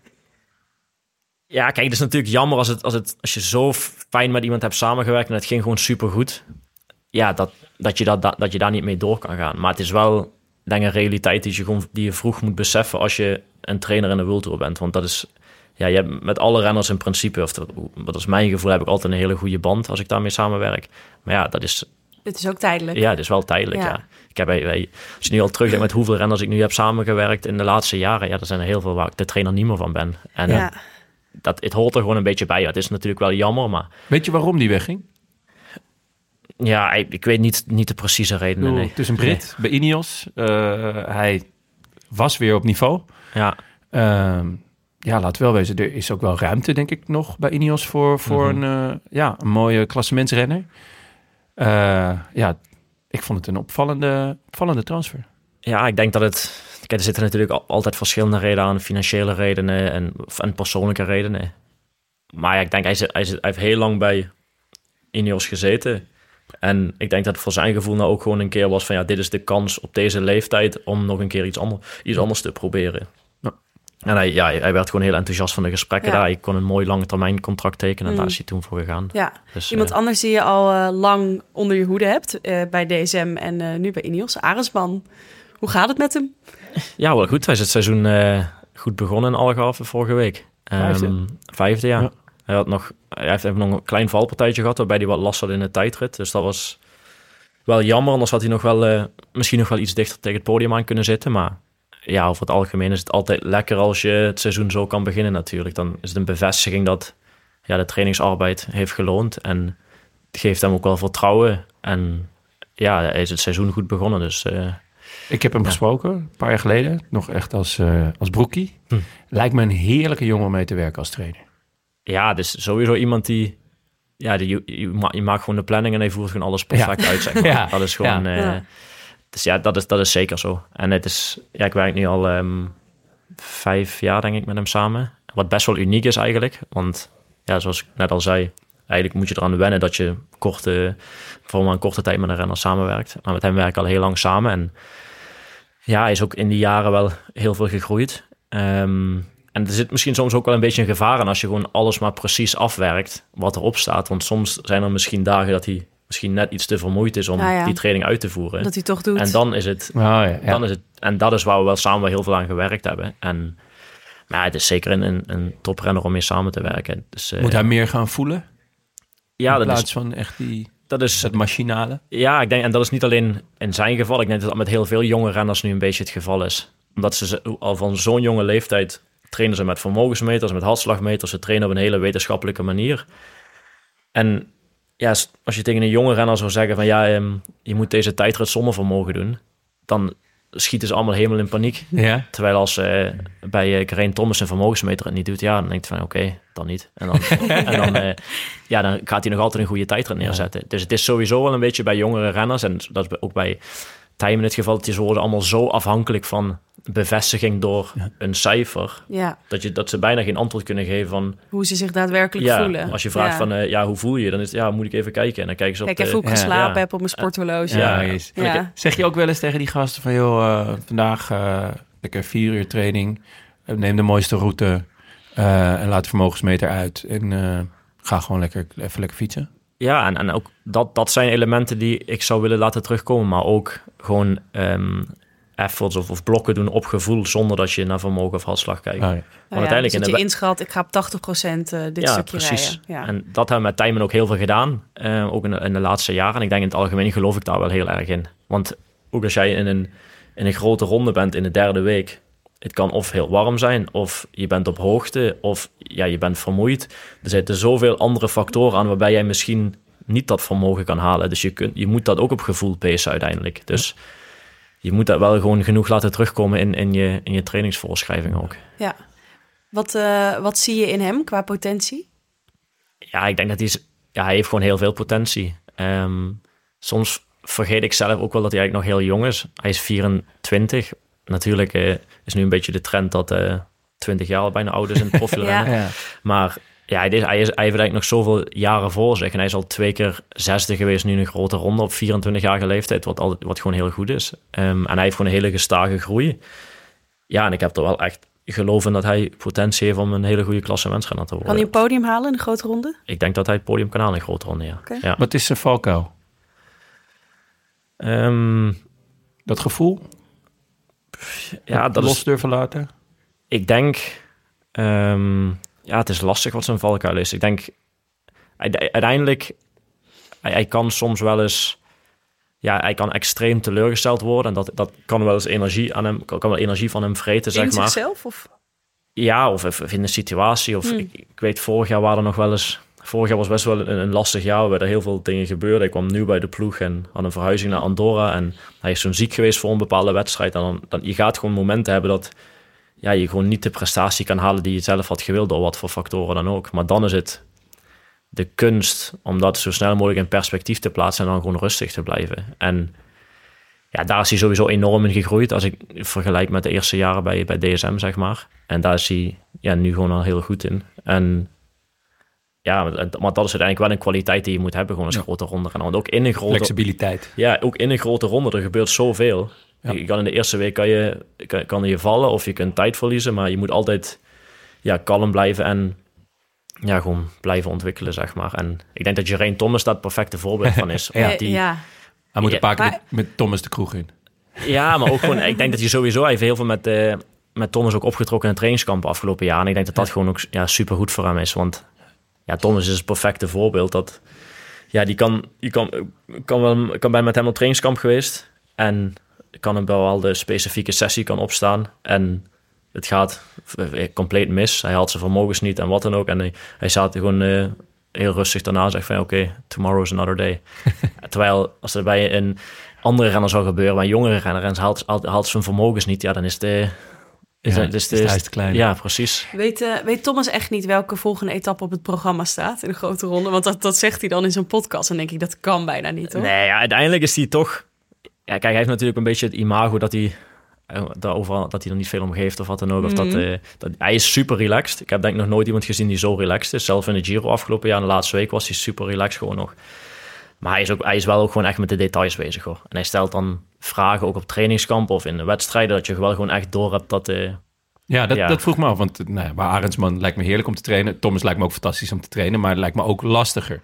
Speaker 6: Ja, kijk, het is natuurlijk jammer als, het, als, het, als je zo fijn met iemand hebt samengewerkt en het ging gewoon supergoed. Ja, dat, dat, je dat, dat, dat je daar niet mee door kan gaan. Maar het is wel, denk ik, een realiteit die je, gewoon, die je vroeg moet beseffen als je een trainer in de World Tour bent. Want dat is, ja, je hebt met alle renners in principe, of dat, dat is mijn gevoel, heb ik altijd een hele goede band als ik daarmee samenwerk. Maar ja, dat is,
Speaker 4: Het is ook tijdelijk.
Speaker 6: ja, het is wel tijdelijk, ja.
Speaker 4: Ja.
Speaker 6: Ik heb, bij- als je nu al terugdenkt met hoeveel renners ik nu heb samengewerkt in de laatste jaren, ja, er zijn er heel veel waar ik de trainer niet meer van ben. En
Speaker 4: Ja.
Speaker 6: dat, het hoort er gewoon een beetje bij. Ja, het is natuurlijk wel jammer, maar
Speaker 7: weet je waarom die wegging?
Speaker 6: ja, ik, ik weet niet, niet de precieze
Speaker 7: Ik
Speaker 6: redenen.
Speaker 7: bedoel,
Speaker 6: Nee.
Speaker 7: Het is een Brit bij Ineos. Uh, hij was weer op niveau.
Speaker 6: Ja,
Speaker 7: Uh, ja, laat wel wezen, er is ook wel ruimte, denk ik, nog bij Ineos voor, voor
Speaker 6: Mhm.
Speaker 7: een, uh, ja, een mooie klassementsrenner. Uh, ja, ik vond het een opvallende, opvallende transfer.
Speaker 6: ja, ik denk dat het... Kijk, er zitten natuurlijk al- altijd verschillende redenen aan. Financiële redenen en, en persoonlijke redenen. Maar ja, ik denk, hij, zit, hij, zit, hij heeft heel lang bij Ineos gezeten. En ik denk dat het voor zijn gevoel nou ook gewoon een keer was van... ja, dit is de kans op deze leeftijd om nog een keer iets, ander, iets anders te proberen.
Speaker 7: Ja.
Speaker 6: En hij, ja, hij werd gewoon heel enthousiast van de gesprekken
Speaker 4: Ja.
Speaker 6: daar. Ik kon een mooi lange termijn contract tekenen en
Speaker 4: Mm.
Speaker 6: daar is hij toen voor gegaan.
Speaker 4: Ja.
Speaker 6: Dus,
Speaker 4: Iemand
Speaker 6: eh,
Speaker 4: anders die je al uh, lang onder je hoede hebt uh, bij D S M en uh, nu bij Ineos, Arendsman. Hoe gaat het met hem?
Speaker 6: Ja, wel goed. Hij is het seizoen uh, goed begonnen in Algarve vorige week.
Speaker 7: Vijfde?
Speaker 6: Um, vijfde, ja.
Speaker 7: Ja.
Speaker 6: Hij, had nog, hij heeft even nog een klein valpartijtje gehad, waarbij hij wat last had in de tijdrit. Dus dat was wel jammer. Anders had hij nog wel, uh, misschien nog wel iets dichter tegen het podium aan kunnen zitten. Maar ja, over het algemeen is het altijd lekker als je het seizoen zo kan beginnen natuurlijk. Dan is het een bevestiging dat ja, de trainingsarbeid heeft geloond. En het geeft hem ook wel vertrouwen. En ja, hij is het seizoen goed begonnen, dus... Uh,
Speaker 7: Ik heb hem
Speaker 6: Ja.
Speaker 7: gesproken, een paar jaar geleden, nog echt als, uh, als broekie.
Speaker 6: Hm.
Speaker 7: Lijkt me een heerlijke jongen om mee te werken als trainer.
Speaker 6: Ja, dus sowieso iemand die ja, de, je, je, ma- je maakt gewoon de planning en hij voert gewoon alles perfect
Speaker 7: Ja.
Speaker 6: uit, zeg maar.
Speaker 7: Ja.
Speaker 6: Dat is gewoon...
Speaker 7: Ja.
Speaker 6: eh,
Speaker 4: Ja.
Speaker 6: Dus ja, dat is, dat is zeker zo. En het is... Ja, ik werk nu al ehm, vijf jaar, denk ik, met hem samen. Wat best wel uniek is eigenlijk. Want, ja, zoals ik net al zei... Eigenlijk moet je eraan wennen dat je korte, voor maar een korte tijd met een renner samenwerkt. Maar met hem werk ik al heel lang samen. En ja, hij is ook in die jaren wel heel veel gegroeid. Um, en er zit misschien soms ook wel een beetje een gevaar in als je gewoon alles maar precies afwerkt wat erop staat. Want soms zijn er misschien dagen dat hij misschien net iets te vermoeid is om
Speaker 4: Ah, ja.
Speaker 6: die training uit te voeren.
Speaker 4: Dat hij toch doet.
Speaker 6: En dan is het,
Speaker 7: Oh, ja, ja.
Speaker 6: dan is het, en dat is waar we wel samen wel heel veel aan gewerkt hebben. En maar ja, het is zeker een, een, een toprenner om mee samen te werken. Dus, uh,
Speaker 7: Moet hij meer gaan voelen?
Speaker 6: ja,
Speaker 7: in
Speaker 6: dat
Speaker 7: plaats
Speaker 6: is,
Speaker 7: van echt die,
Speaker 6: dat is
Speaker 7: dat machinale?
Speaker 6: Ja, ik denk, en dat is niet alleen in zijn geval. Ik denk dat dat met heel veel jonge renners nu een beetje het geval is. Omdat ze al van zo'n jonge leeftijd trainen ze met vermogensmeters, met hartslagmeters. Ze trainen op een hele wetenschappelijke manier. En ja, als je tegen een jonge renner zou zeggen van ja, je moet deze tijdrit zonder vermogen doen, dan schieten ze allemaal helemaal in paniek.
Speaker 7: Ja.
Speaker 6: Terwijl als uh, bij uh, Geraint Thomas een vermogensmeter het niet doet, ja, dan denkt hij van oké, okay, dan niet. En dan, en dan, uh, ja, dan gaat hij nog altijd een goede tijdrit neerzetten. Ja. Dus het is sowieso wel een beetje bij jongere renners, en dat is ook bij Tijmen het geval, dat ze worden allemaal zo afhankelijk van bevestiging door ja. een cijfer,
Speaker 4: ja.
Speaker 6: dat, je, dat ze bijna geen antwoord kunnen geven van
Speaker 4: hoe ze zich daadwerkelijk
Speaker 6: ja,
Speaker 4: voelen.
Speaker 6: Als je vraagt
Speaker 4: ja.
Speaker 6: van, uh, ja, hoe voel je? Dan is het, ja, moet ik even kijken. En dan kijken ze op
Speaker 4: Kijk
Speaker 6: de...
Speaker 4: even hoe ik geslapen ja. heb op mijn sporthorloge.
Speaker 7: Ja,
Speaker 4: ja.
Speaker 7: ja. Ja. Zeg je ook wel eens tegen die gasten van, joh, uh, vandaag uh, lekker vier uur training, uh, neem de mooiste route uh, en laat de vermogensmeter uit en uh, ga gewoon lekker, even lekker fietsen?
Speaker 6: Ja, en, en ook dat, dat zijn elementen die ik zou willen laten terugkomen, maar ook gewoon um, efforts of, of blokken doen op gevoel, zonder dat je naar vermogen of hartslag kijkt. Oh, ja.
Speaker 4: Want ja, uiteindelijk dus in de... je inschat, ik ga op tachtig procent uh, dit
Speaker 6: ja,
Speaker 4: stukje
Speaker 6: precies.
Speaker 4: rijden. Ja,
Speaker 6: en dat hebben we met Tijmen ook heel veel gedaan, uh, ook in de, in de laatste jaren. En ik denk in het algemeen geloof ik daar wel heel erg in. Want ook als jij in een, in een grote ronde bent in de derde week, het kan of heel warm zijn, of je bent op hoogte, of ja, je bent vermoeid. Er zitten zoveel andere factoren aan waarbij jij misschien niet dat vermogen kan halen. Dus je, kunt, je moet dat ook op gevoel pacen uiteindelijk. Dus je moet dat wel gewoon genoeg laten terugkomen in, in, je, in je trainingsvoorschrijving ook.
Speaker 4: Ja. Wat, uh, wat zie je in hem qua potentie?
Speaker 6: Ja, ik denk dat hij is, ja, hij heeft gewoon heel veel potentie. Um, soms vergeet ik zelf ook wel dat hij eigenlijk nog heel jong is. Hij is vierentwintig. Natuurlijk uh, is nu een beetje de trend dat uh, twintig jaar al bijna oud is in het profielrennen. ja. Ja. Maar ja, hij, is, hij, is, hij heeft eigenlijk nog zoveel jaren voor zich. En hij is al twee keer zesde geweest nu in een grote ronde op vierentwintigjarige leeftijd. Wat, al, wat gewoon heel goed is. Um, en hij heeft gewoon een hele gestage groei. Ja, en ik heb er wel echt geloof in dat hij potentie heeft om een hele goede klassementsrenner te worden.
Speaker 4: Kan hij een podium halen in de grote ronde?
Speaker 6: Ik denk dat hij het podium kan halen in de grote ronde, ja.
Speaker 4: Okay.
Speaker 6: ja.
Speaker 7: Wat is zijn valkuil?
Speaker 6: Um,
Speaker 7: dat gevoel?
Speaker 6: Ja, dat
Speaker 7: los
Speaker 6: is,
Speaker 7: durven laten?
Speaker 6: Ik denk... Um, ja, het is lastig wat zijn valkuil is. Ik denk... Uiteindelijk... Hij, hij kan soms wel eens... Ja, hij kan extreem teleurgesteld worden. En dat, dat kan wel eens energie aan hem... Kan wel energie van hem vreten, zeg
Speaker 4: in
Speaker 6: maar.
Speaker 4: In zichzelf, of?
Speaker 6: Ja, of, of in een situatie. Of
Speaker 4: hmm.
Speaker 6: ik, ik weet, vorig jaar waren er nog wel eens... Vorig jaar was best wel een, een lastig jaar, waar er heel veel dingen gebeurden. Hij kwam nieuw bij de ploeg en had een verhuizing naar Andorra. En hij is zo'n ziek geweest voor een bepaalde wedstrijd. En dan, dan, je gaat gewoon momenten hebben dat ja, je gewoon niet de prestatie kan halen die je zelf had gewild, door wat voor factoren dan ook. Maar dan is het de kunst om dat zo snel mogelijk in perspectief te plaatsen en dan gewoon rustig te blijven. En ja, daar is hij sowieso enorm in gegroeid als ik vergelijk met de eerste jaren bij, bij D S M, zeg maar. En daar is hij ja, nu gewoon al heel goed in. En ja, maar dat is uiteindelijk wel een kwaliteit die je moet hebben, gewoon als ja. grote ronde. Want ook in een grote...
Speaker 7: Flexibiliteit.
Speaker 6: Ja, ook in een grote ronde, er gebeurt zoveel. Ja. Je kan in de eerste week kan je, kan, kan je vallen of je kunt tijd verliezen, maar je moet altijd ja, kalm blijven en ja, gewoon blijven ontwikkelen, zeg maar. En ik denk dat Geraint Thomas daar het perfecte voorbeeld van is.
Speaker 7: ja.
Speaker 6: Die,
Speaker 4: ja.
Speaker 7: Hij moet een paar keer
Speaker 4: maar...
Speaker 7: met, met Thomas de kroeg in.
Speaker 6: Ja, maar ook gewoon, ik denk dat hij sowieso, hij heeft heel veel met, uh, met Thomas ook opgetrokken in het trainingskamp afgelopen jaar. En ik denk dat dat ja. gewoon ook ja, super goed voor hem is, want ja, Thomas is het perfecte voorbeeld. Dat, ja, die kan, die kan, kan, wel, kan bij met hem op trainingskamp geweest. En kan een bepaalde specifieke sessie kan opstaan. En het gaat compleet mis. Hij haalt zijn vermogens niet en wat dan ook. En hij, hij zat gewoon uh, heel rustig daarna. Zegt van oké, okay, tomorrow is another day. Terwijl als er bij een andere renner zou gebeuren, bij een jongere renner, en ze haalt, haalt, haalt zijn vermogens niet. Ja, dan is het... Uh, Is
Speaker 7: Ja,
Speaker 6: het, dus
Speaker 7: is
Speaker 6: het
Speaker 7: het
Speaker 6: is-
Speaker 7: huis te klein.
Speaker 6: Ja, precies.
Speaker 4: Weet, uh, weet Thomas echt niet welke volgende etappe op het programma staat in de grote ronde? Want dat, dat zegt hij dan in zijn podcast. En denk ik, dat kan bijna niet, hoor.
Speaker 6: Nee, ja, uiteindelijk is hij toch... Ja, kijk, hij heeft natuurlijk een beetje het imago dat hij... eh, daarover, dat hij er niet veel om geeft of wat dan ook. Of dat,
Speaker 4: Mhm.
Speaker 6: eh, dat, hij is super relaxed. Ik heb denk ik nog nooit iemand gezien die zo relaxed is. Zelf in de Giro afgelopen jaar, de laatste week, was hij super relaxed gewoon nog. Maar hij is, ook, hij is wel ook gewoon echt met de details bezig, hoor. En hij stelt dan vragen ook op trainingskamp of in de wedstrijden... dat je wel gewoon echt door hebt dat... eh,
Speaker 7: Ja, dat,
Speaker 6: Ja.
Speaker 7: dat vroeg me af. Want nou ja, bij Arendsman lijkt me heerlijk om te trainen. Thomas lijkt me ook fantastisch om te trainen. Maar het lijkt me ook lastiger.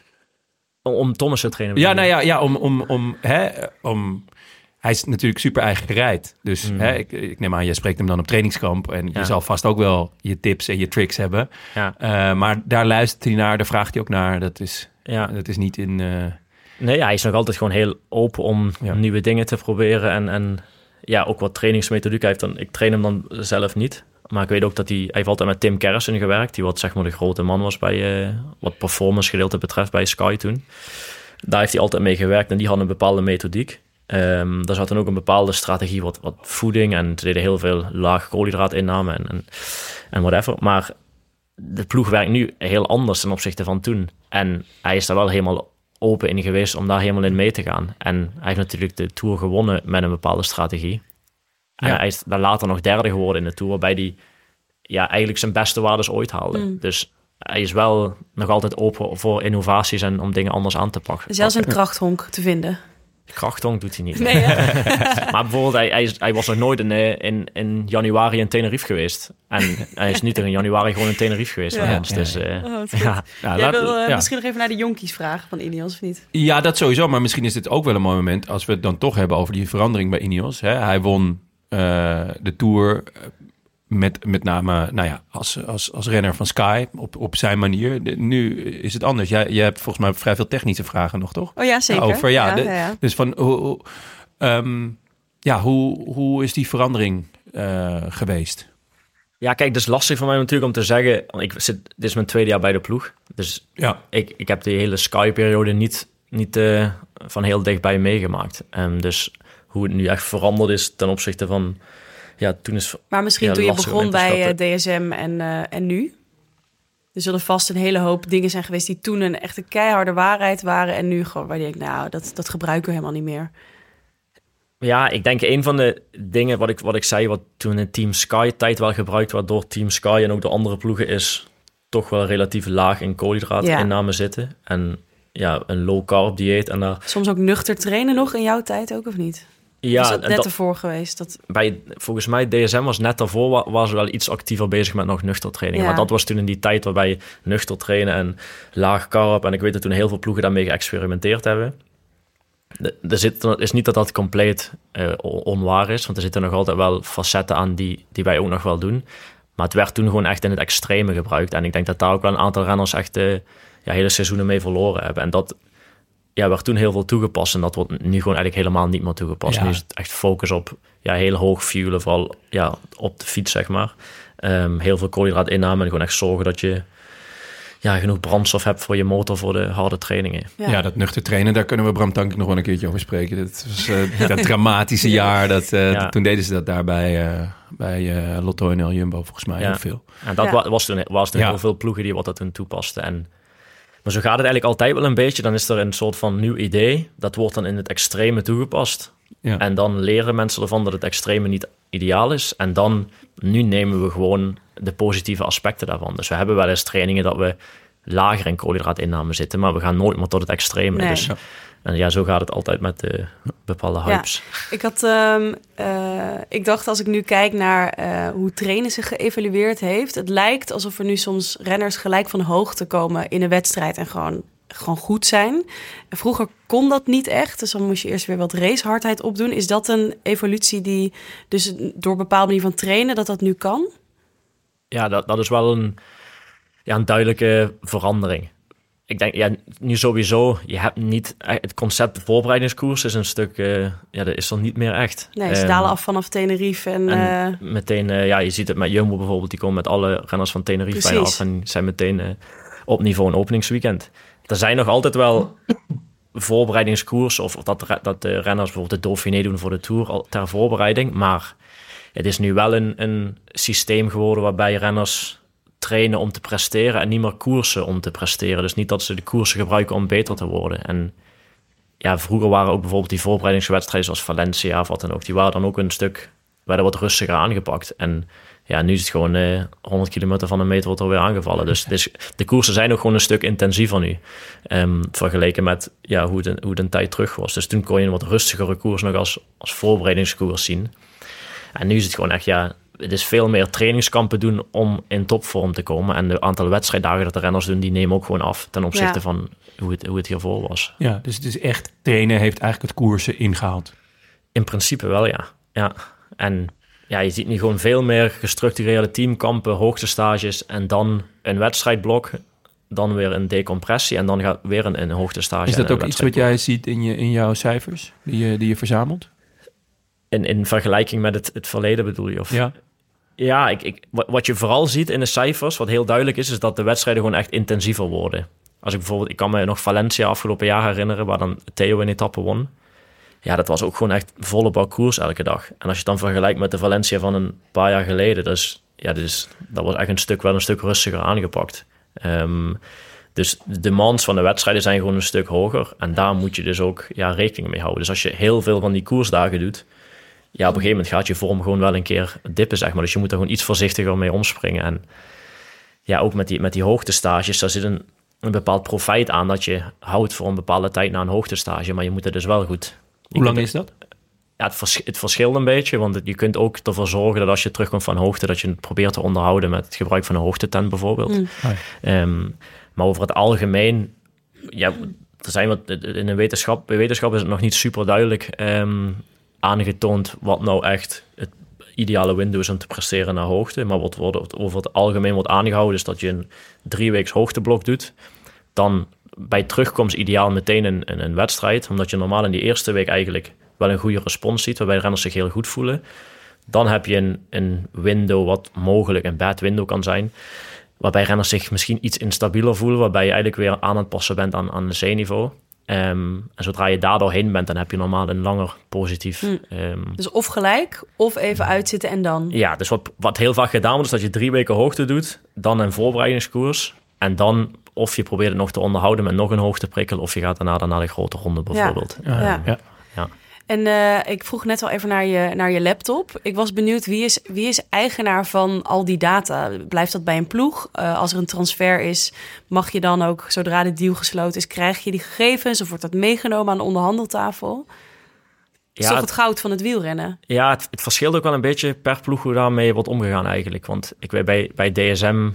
Speaker 6: om, om Thomas te trainen.
Speaker 7: Ja,
Speaker 6: bedoel
Speaker 7: nou
Speaker 6: je?
Speaker 7: ja, ja om, om, om, hè, om... Hij is natuurlijk super eigen gereid. Dus
Speaker 6: Mm.
Speaker 7: hè, ik, ik neem aan, jij spreekt hem dan op trainingskamp. En
Speaker 6: Ja.
Speaker 7: je zal vast ook wel je tips en je tricks hebben.
Speaker 6: Ja.
Speaker 7: Uh, maar daar luistert hij naar, daar vraagt hij ook naar. Dat is,
Speaker 6: Ja.
Speaker 7: dat is niet in... Uh...
Speaker 6: Nee, ja, hij is nog altijd gewoon heel open om
Speaker 7: Ja.
Speaker 6: nieuwe dingen te proberen. En, en ja, ook wat trainingsmethodiek. Hij heeft dan, ik train hem dan zelf niet. Maar ik weet ook dat hij... Hij heeft altijd met Tim Kerrison gewerkt. Die wat zeg maar de grote man was bij... Uh, wat performance gedeelte betreft bij Sky toen. Daar heeft hij altijd mee gewerkt. En die had een bepaalde methodiek. Um, daar zat dan ook een bepaalde strategie, wat, wat voeding. En ze deden heel veel laag koolhydraatinname en, en, en whatever. Maar de ploeg werkt nu heel anders ten opzichte van toen. En hij is daar wel helemaal open in geweest om daar helemaal in mee te gaan. En hij heeft natuurlijk de Tour gewonnen met een bepaalde strategie. En
Speaker 7: Ja.
Speaker 6: hij is daar later nog derde geworden in de Tour, waarbij hij ja, eigenlijk zijn beste waardes ooit haalde.
Speaker 4: Mm.
Speaker 6: Dus hij is wel nog altijd open voor innovaties en om dingen anders aan te pakken.
Speaker 4: Zelfs een krachthonk te vinden.
Speaker 6: Krachthonk doet hij niet.
Speaker 4: Nee, hè?
Speaker 6: Maar bijvoorbeeld, hij, hij, is, hij was nog nooit in, eh, in, in januari in Tenerife geweest. En hij is niet er in januari gewoon in Tenerife geweest.
Speaker 4: Ja.
Speaker 6: Ja. Ons,
Speaker 7: Ja,
Speaker 6: dus,
Speaker 7: ja.
Speaker 6: eh,
Speaker 4: Oh, wat goed.
Speaker 6: ja.
Speaker 7: Nou,
Speaker 4: Jij
Speaker 7: laat-
Speaker 4: wil uh,
Speaker 7: ja.
Speaker 4: misschien nog even naar de jonkies vragen van Ineos, of niet?
Speaker 7: Ja, dat sowieso. Maar misschien is dit ook wel een mooi moment... als we het dan toch hebben over die verandering bij Ineos. Hè? Hij won uh, de Tour... Uh, Met, met name nou ja, als, als, als renner van Sky op, op zijn manier. De, nu is het anders. Jij, jij hebt volgens mij vrij veel technische vragen nog, toch?
Speaker 4: Oh ja, zeker.
Speaker 7: Over, ja,
Speaker 4: ja,
Speaker 7: de-
Speaker 4: ja, ja.
Speaker 7: Dus van hoe, hoe, um, ja, hoe, hoe is die verandering uh, geweest?
Speaker 6: ja, kijk, het is lastig voor mij natuurlijk om te zeggen... want ik zit, dit is mijn tweede jaar bij de ploeg. Dus
Speaker 7: Ja,
Speaker 6: ik, ik heb die hele Sky-periode niet, niet uh, van heel dichtbij meegemaakt. Um, dus hoe het nu echt veranderd is ten opzichte van... Ja, toen is
Speaker 4: Maar misschien
Speaker 6: ja,
Speaker 4: toen je
Speaker 6: lastig om
Speaker 4: begon
Speaker 6: in te
Speaker 4: bij
Speaker 6: schatten.
Speaker 4: uh, D S M en, uh, en nu. Er zullen vast een hele hoop dingen zijn geweest die toen een echte keiharde waarheid waren. En nu gewoon waar je denkt, nou, dat, dat gebruiken we helemaal niet meer.
Speaker 6: Ja, ik denk een van de dingen wat ik, wat ik zei, wat toen in Team Sky tijd wel gebruikt werd door Team Sky en ook de andere ploegen, is toch wel relatief laag in koolhydraatinname zitten. En ja, een low carb dieet. En daar,
Speaker 4: Soms ook nuchter trainen nog in jouw tijd ook, of niet?
Speaker 6: ja,
Speaker 4: is dat
Speaker 6: en
Speaker 4: net
Speaker 6: dat-
Speaker 4: ervoor geweest? Dat...
Speaker 6: bij, volgens mij, D S M was net daarvoor, wa- was wel iets actiever bezig met nog nuchter training.
Speaker 4: Ja.
Speaker 6: Maar dat was toen in die tijd waarbij nuchter trainen en laag carb. En ik weet dat toen heel veel ploegen daarmee geëxperimenteerd hebben. De- Er zit, het is niet dat dat compleet eh, on- onwaar is, want er zitten nog altijd wel facetten aan die, die wij ook nog wel doen. Maar het werd toen gewoon echt in het extreme gebruikt. En ik denk dat daar ook wel een aantal renners echt eh, ja, hele seizoenen mee verloren hebben. En dat ja, werd toen heel veel toegepast. En dat wordt nu gewoon eigenlijk helemaal niet meer toegepast.
Speaker 7: Ja.
Speaker 6: Nu is het echt focus op ja, heel hoog fuelen, vooral ja, op de fiets, zeg maar. Ehm, heel veel koolhydraatinname en gewoon echt zorgen dat je ja, genoeg brandstof hebt voor je motor voor de harde trainingen.
Speaker 7: ja. ja, dat nuchter trainen, daar kunnen we Bram Tankink nog wel een keertje over spreken. Dat was uh, dat dramatische jaar. Dat, uh,
Speaker 6: Ja.
Speaker 7: Toen deden ze dat daar bij, uh, bij uh, Lotto en El Jumbo volgens mij
Speaker 6: Ja.
Speaker 7: heel veel.
Speaker 6: En dat
Speaker 4: Ja.
Speaker 6: wa- was toen, was toen
Speaker 7: Ja.
Speaker 6: heel veel ploegen die wat dat toen toepasten. En, maar zo gaat het eigenlijk altijd wel een beetje. Dan is er een soort van nieuw idee. Dat wordt dan in het extreme toegepast.
Speaker 7: Ja.
Speaker 6: En dan leren mensen ervan dat het extreme niet ideaal is. En dan, nu nemen we gewoon de positieve aspecten daarvan. Dus we hebben wel eens trainingen dat we lager in koolhydraatinname zitten, maar we gaan nooit meer tot het extreme.
Speaker 4: Nee.
Speaker 6: Dus, en ja, zo gaat het altijd met uh, bepaalde hypes.
Speaker 4: Ik had, um, uh, ik dacht als ik nu kijk naar uh, hoe trainen zich geëvalueerd heeft, het lijkt alsof er nu soms renners gelijk van hoogte komen in een wedstrijd en gewoon, gewoon goed zijn. En vroeger kon dat niet echt, dus dan moest je eerst weer wat racehardheid opdoen. Is dat een evolutie die dus door een bepaalde manier van trainen dat dat nu kan?
Speaker 6: Ja, dat, dat is wel een, ja, een duidelijke verandering. Ik denk, ja, nu sowieso, je hebt niet... Het concept voorbereidingskoers is een stuk... Uh, ja, dat is er niet meer echt.
Speaker 4: Nee, ze
Speaker 6: Um,
Speaker 4: dalen af vanaf Tenerife en...
Speaker 6: En
Speaker 4: uh,
Speaker 6: meteen, uh, ja, je ziet het met Jumbo bijvoorbeeld, die komen met alle renners van Tenerife bijna
Speaker 4: Precies.
Speaker 6: af en zijn meteen uh, op niveau een openingsweekend. Er zijn nog altijd wel voorbereidingskoers, of dat, dat de renners bijvoorbeeld de Dauphiné doen voor de Tour al ter voorbereiding, maar het is nu wel een, een systeem geworden waarbij renners trainen om te presteren en niet meer koersen om te presteren. Dus niet dat ze de koersen gebruiken om beter te worden. En ja, vroeger waren ook bijvoorbeeld die voorbereidingswedstrijden zoals Valencia of wat dan ook, die waren dan ook een stuk, werden wat rustiger aangepakt. En ja, nu is het gewoon eh, honderd kilometer van een meter wordt er weer aangevallen. Dus, dus de koersen zijn ook gewoon een stuk intensiever nu. Um, vergeleken met ja, hoe, het, hoe het een tijd terug was. Dus toen kon je een wat rustigere koers nog als, als voorbereidingskoers zien. En nu is het gewoon echt, ja, het is veel meer trainingskampen doen om in topvorm te komen. En de aantal wedstrijddagen dat de renners doen, die nemen ook gewoon af ten opzichte ja. van hoe het, hoe het hiervoor was.
Speaker 7: Ja, dus het is echt, trainen heeft eigenlijk het koersen ingehaald.
Speaker 6: In principe wel, ja. ja. En ja, je ziet nu gewoon veel meer gestructureerde teamkampen, hoogtestages en dan een wedstrijdblok, dan weer een decompressie en dan gaat weer een, een hoogtestage.
Speaker 7: Is dat ook iets wat jij ziet in, je, in jouw cijfers, die je, die je verzamelt?
Speaker 6: In, in vergelijking met het, het verleden bedoel je? Of?
Speaker 7: Ja.
Speaker 6: Ja, ik, ik, wat je vooral ziet in de cijfers, wat heel duidelijk is, is dat de wedstrijden gewoon echt intensiever worden. Als ik bijvoorbeeld, ik kan me nog Valencia afgelopen jaar herinneren, waar dan Theo een etappe won. Ja, dat was ook gewoon echt volle bak koers elke dag. En als je het dan vergelijkt met de Valencia van een paar jaar geleden, dus, ja, dus, dat was echt een stuk, wel een stuk rustiger aangepakt. Um, dus de demands van de wedstrijden zijn gewoon een stuk hoger. En daar moet je dus ook ja, rekening mee houden. Dus als je heel veel van die koersdagen doet, ja, op een gegeven moment gaat je vorm gewoon wel een keer dippen, zeg maar. Dus je moet er gewoon iets voorzichtiger mee omspringen. En ja, ook met die, met die hoogtestages, daar zit een, een bepaald profijt aan dat je houdt voor een bepaalde tijd na een hoogtestage. Maar je moet het dus wel goed...
Speaker 7: Hoe lang is dat?
Speaker 6: Ja, het, vers, het verschilt een beetje, want het, je kunt ook ervoor zorgen dat als je terugkomt van hoogte, dat je het probeert te onderhouden met het gebruik van een hoogtetent bijvoorbeeld. Mm. Um, maar over het algemeen, ja, er zijn wat, in de wetenschap, bij wetenschap is het nog niet super duidelijk um, aangetoond wat nou echt het ideale window is om te presteren naar hoogte. Maar wat wordt over het algemeen wordt aangehouden is dat je een drie weeks hoogteblok doet, dan bij terugkomst ideaal meteen een, een, een wedstrijd, omdat je normaal in die eerste week eigenlijk wel een goede respons ziet, waarbij de renners zich heel goed voelen. Dan heb je een, een window wat mogelijk een bad window kan zijn, waarbij renners zich misschien iets instabieler voelen, waarbij je eigenlijk weer aan het passen bent aan, aan het C-niveau. Um, en zodra je daar doorheen bent, dan heb je normaal een langer positief...
Speaker 4: Hmm.
Speaker 6: Um,
Speaker 4: dus of gelijk, of even uitzitten en dan...
Speaker 6: Ja, dus wat, wat heel vaak gedaan wordt, is dat je drie weken hoogte doet, dan een voorbereidingskoers, en dan of je probeert het nog te onderhouden met nog een hoogteprikkel, of je gaat daarna dan naar de grote ronde bijvoorbeeld.
Speaker 4: Ja, ja. ja.
Speaker 6: ja.
Speaker 4: En uh, ik vroeg net al even naar je, naar je laptop. Ik was benieuwd, wie is, wie is eigenaar van al die data? Blijft dat bij een ploeg? Uh, als er een transfer is, mag je dan ook, zodra de deal gesloten is, krijg je die gegevens? Of wordt dat meegenomen aan de onderhandeltafel? Het is
Speaker 6: ja,
Speaker 4: toch het goud van het wielrennen?
Speaker 6: Ja, het, het verschilt ook wel een beetje per ploeg hoe daarmee wordt omgegaan eigenlijk. Want ik weet bij, bij D S M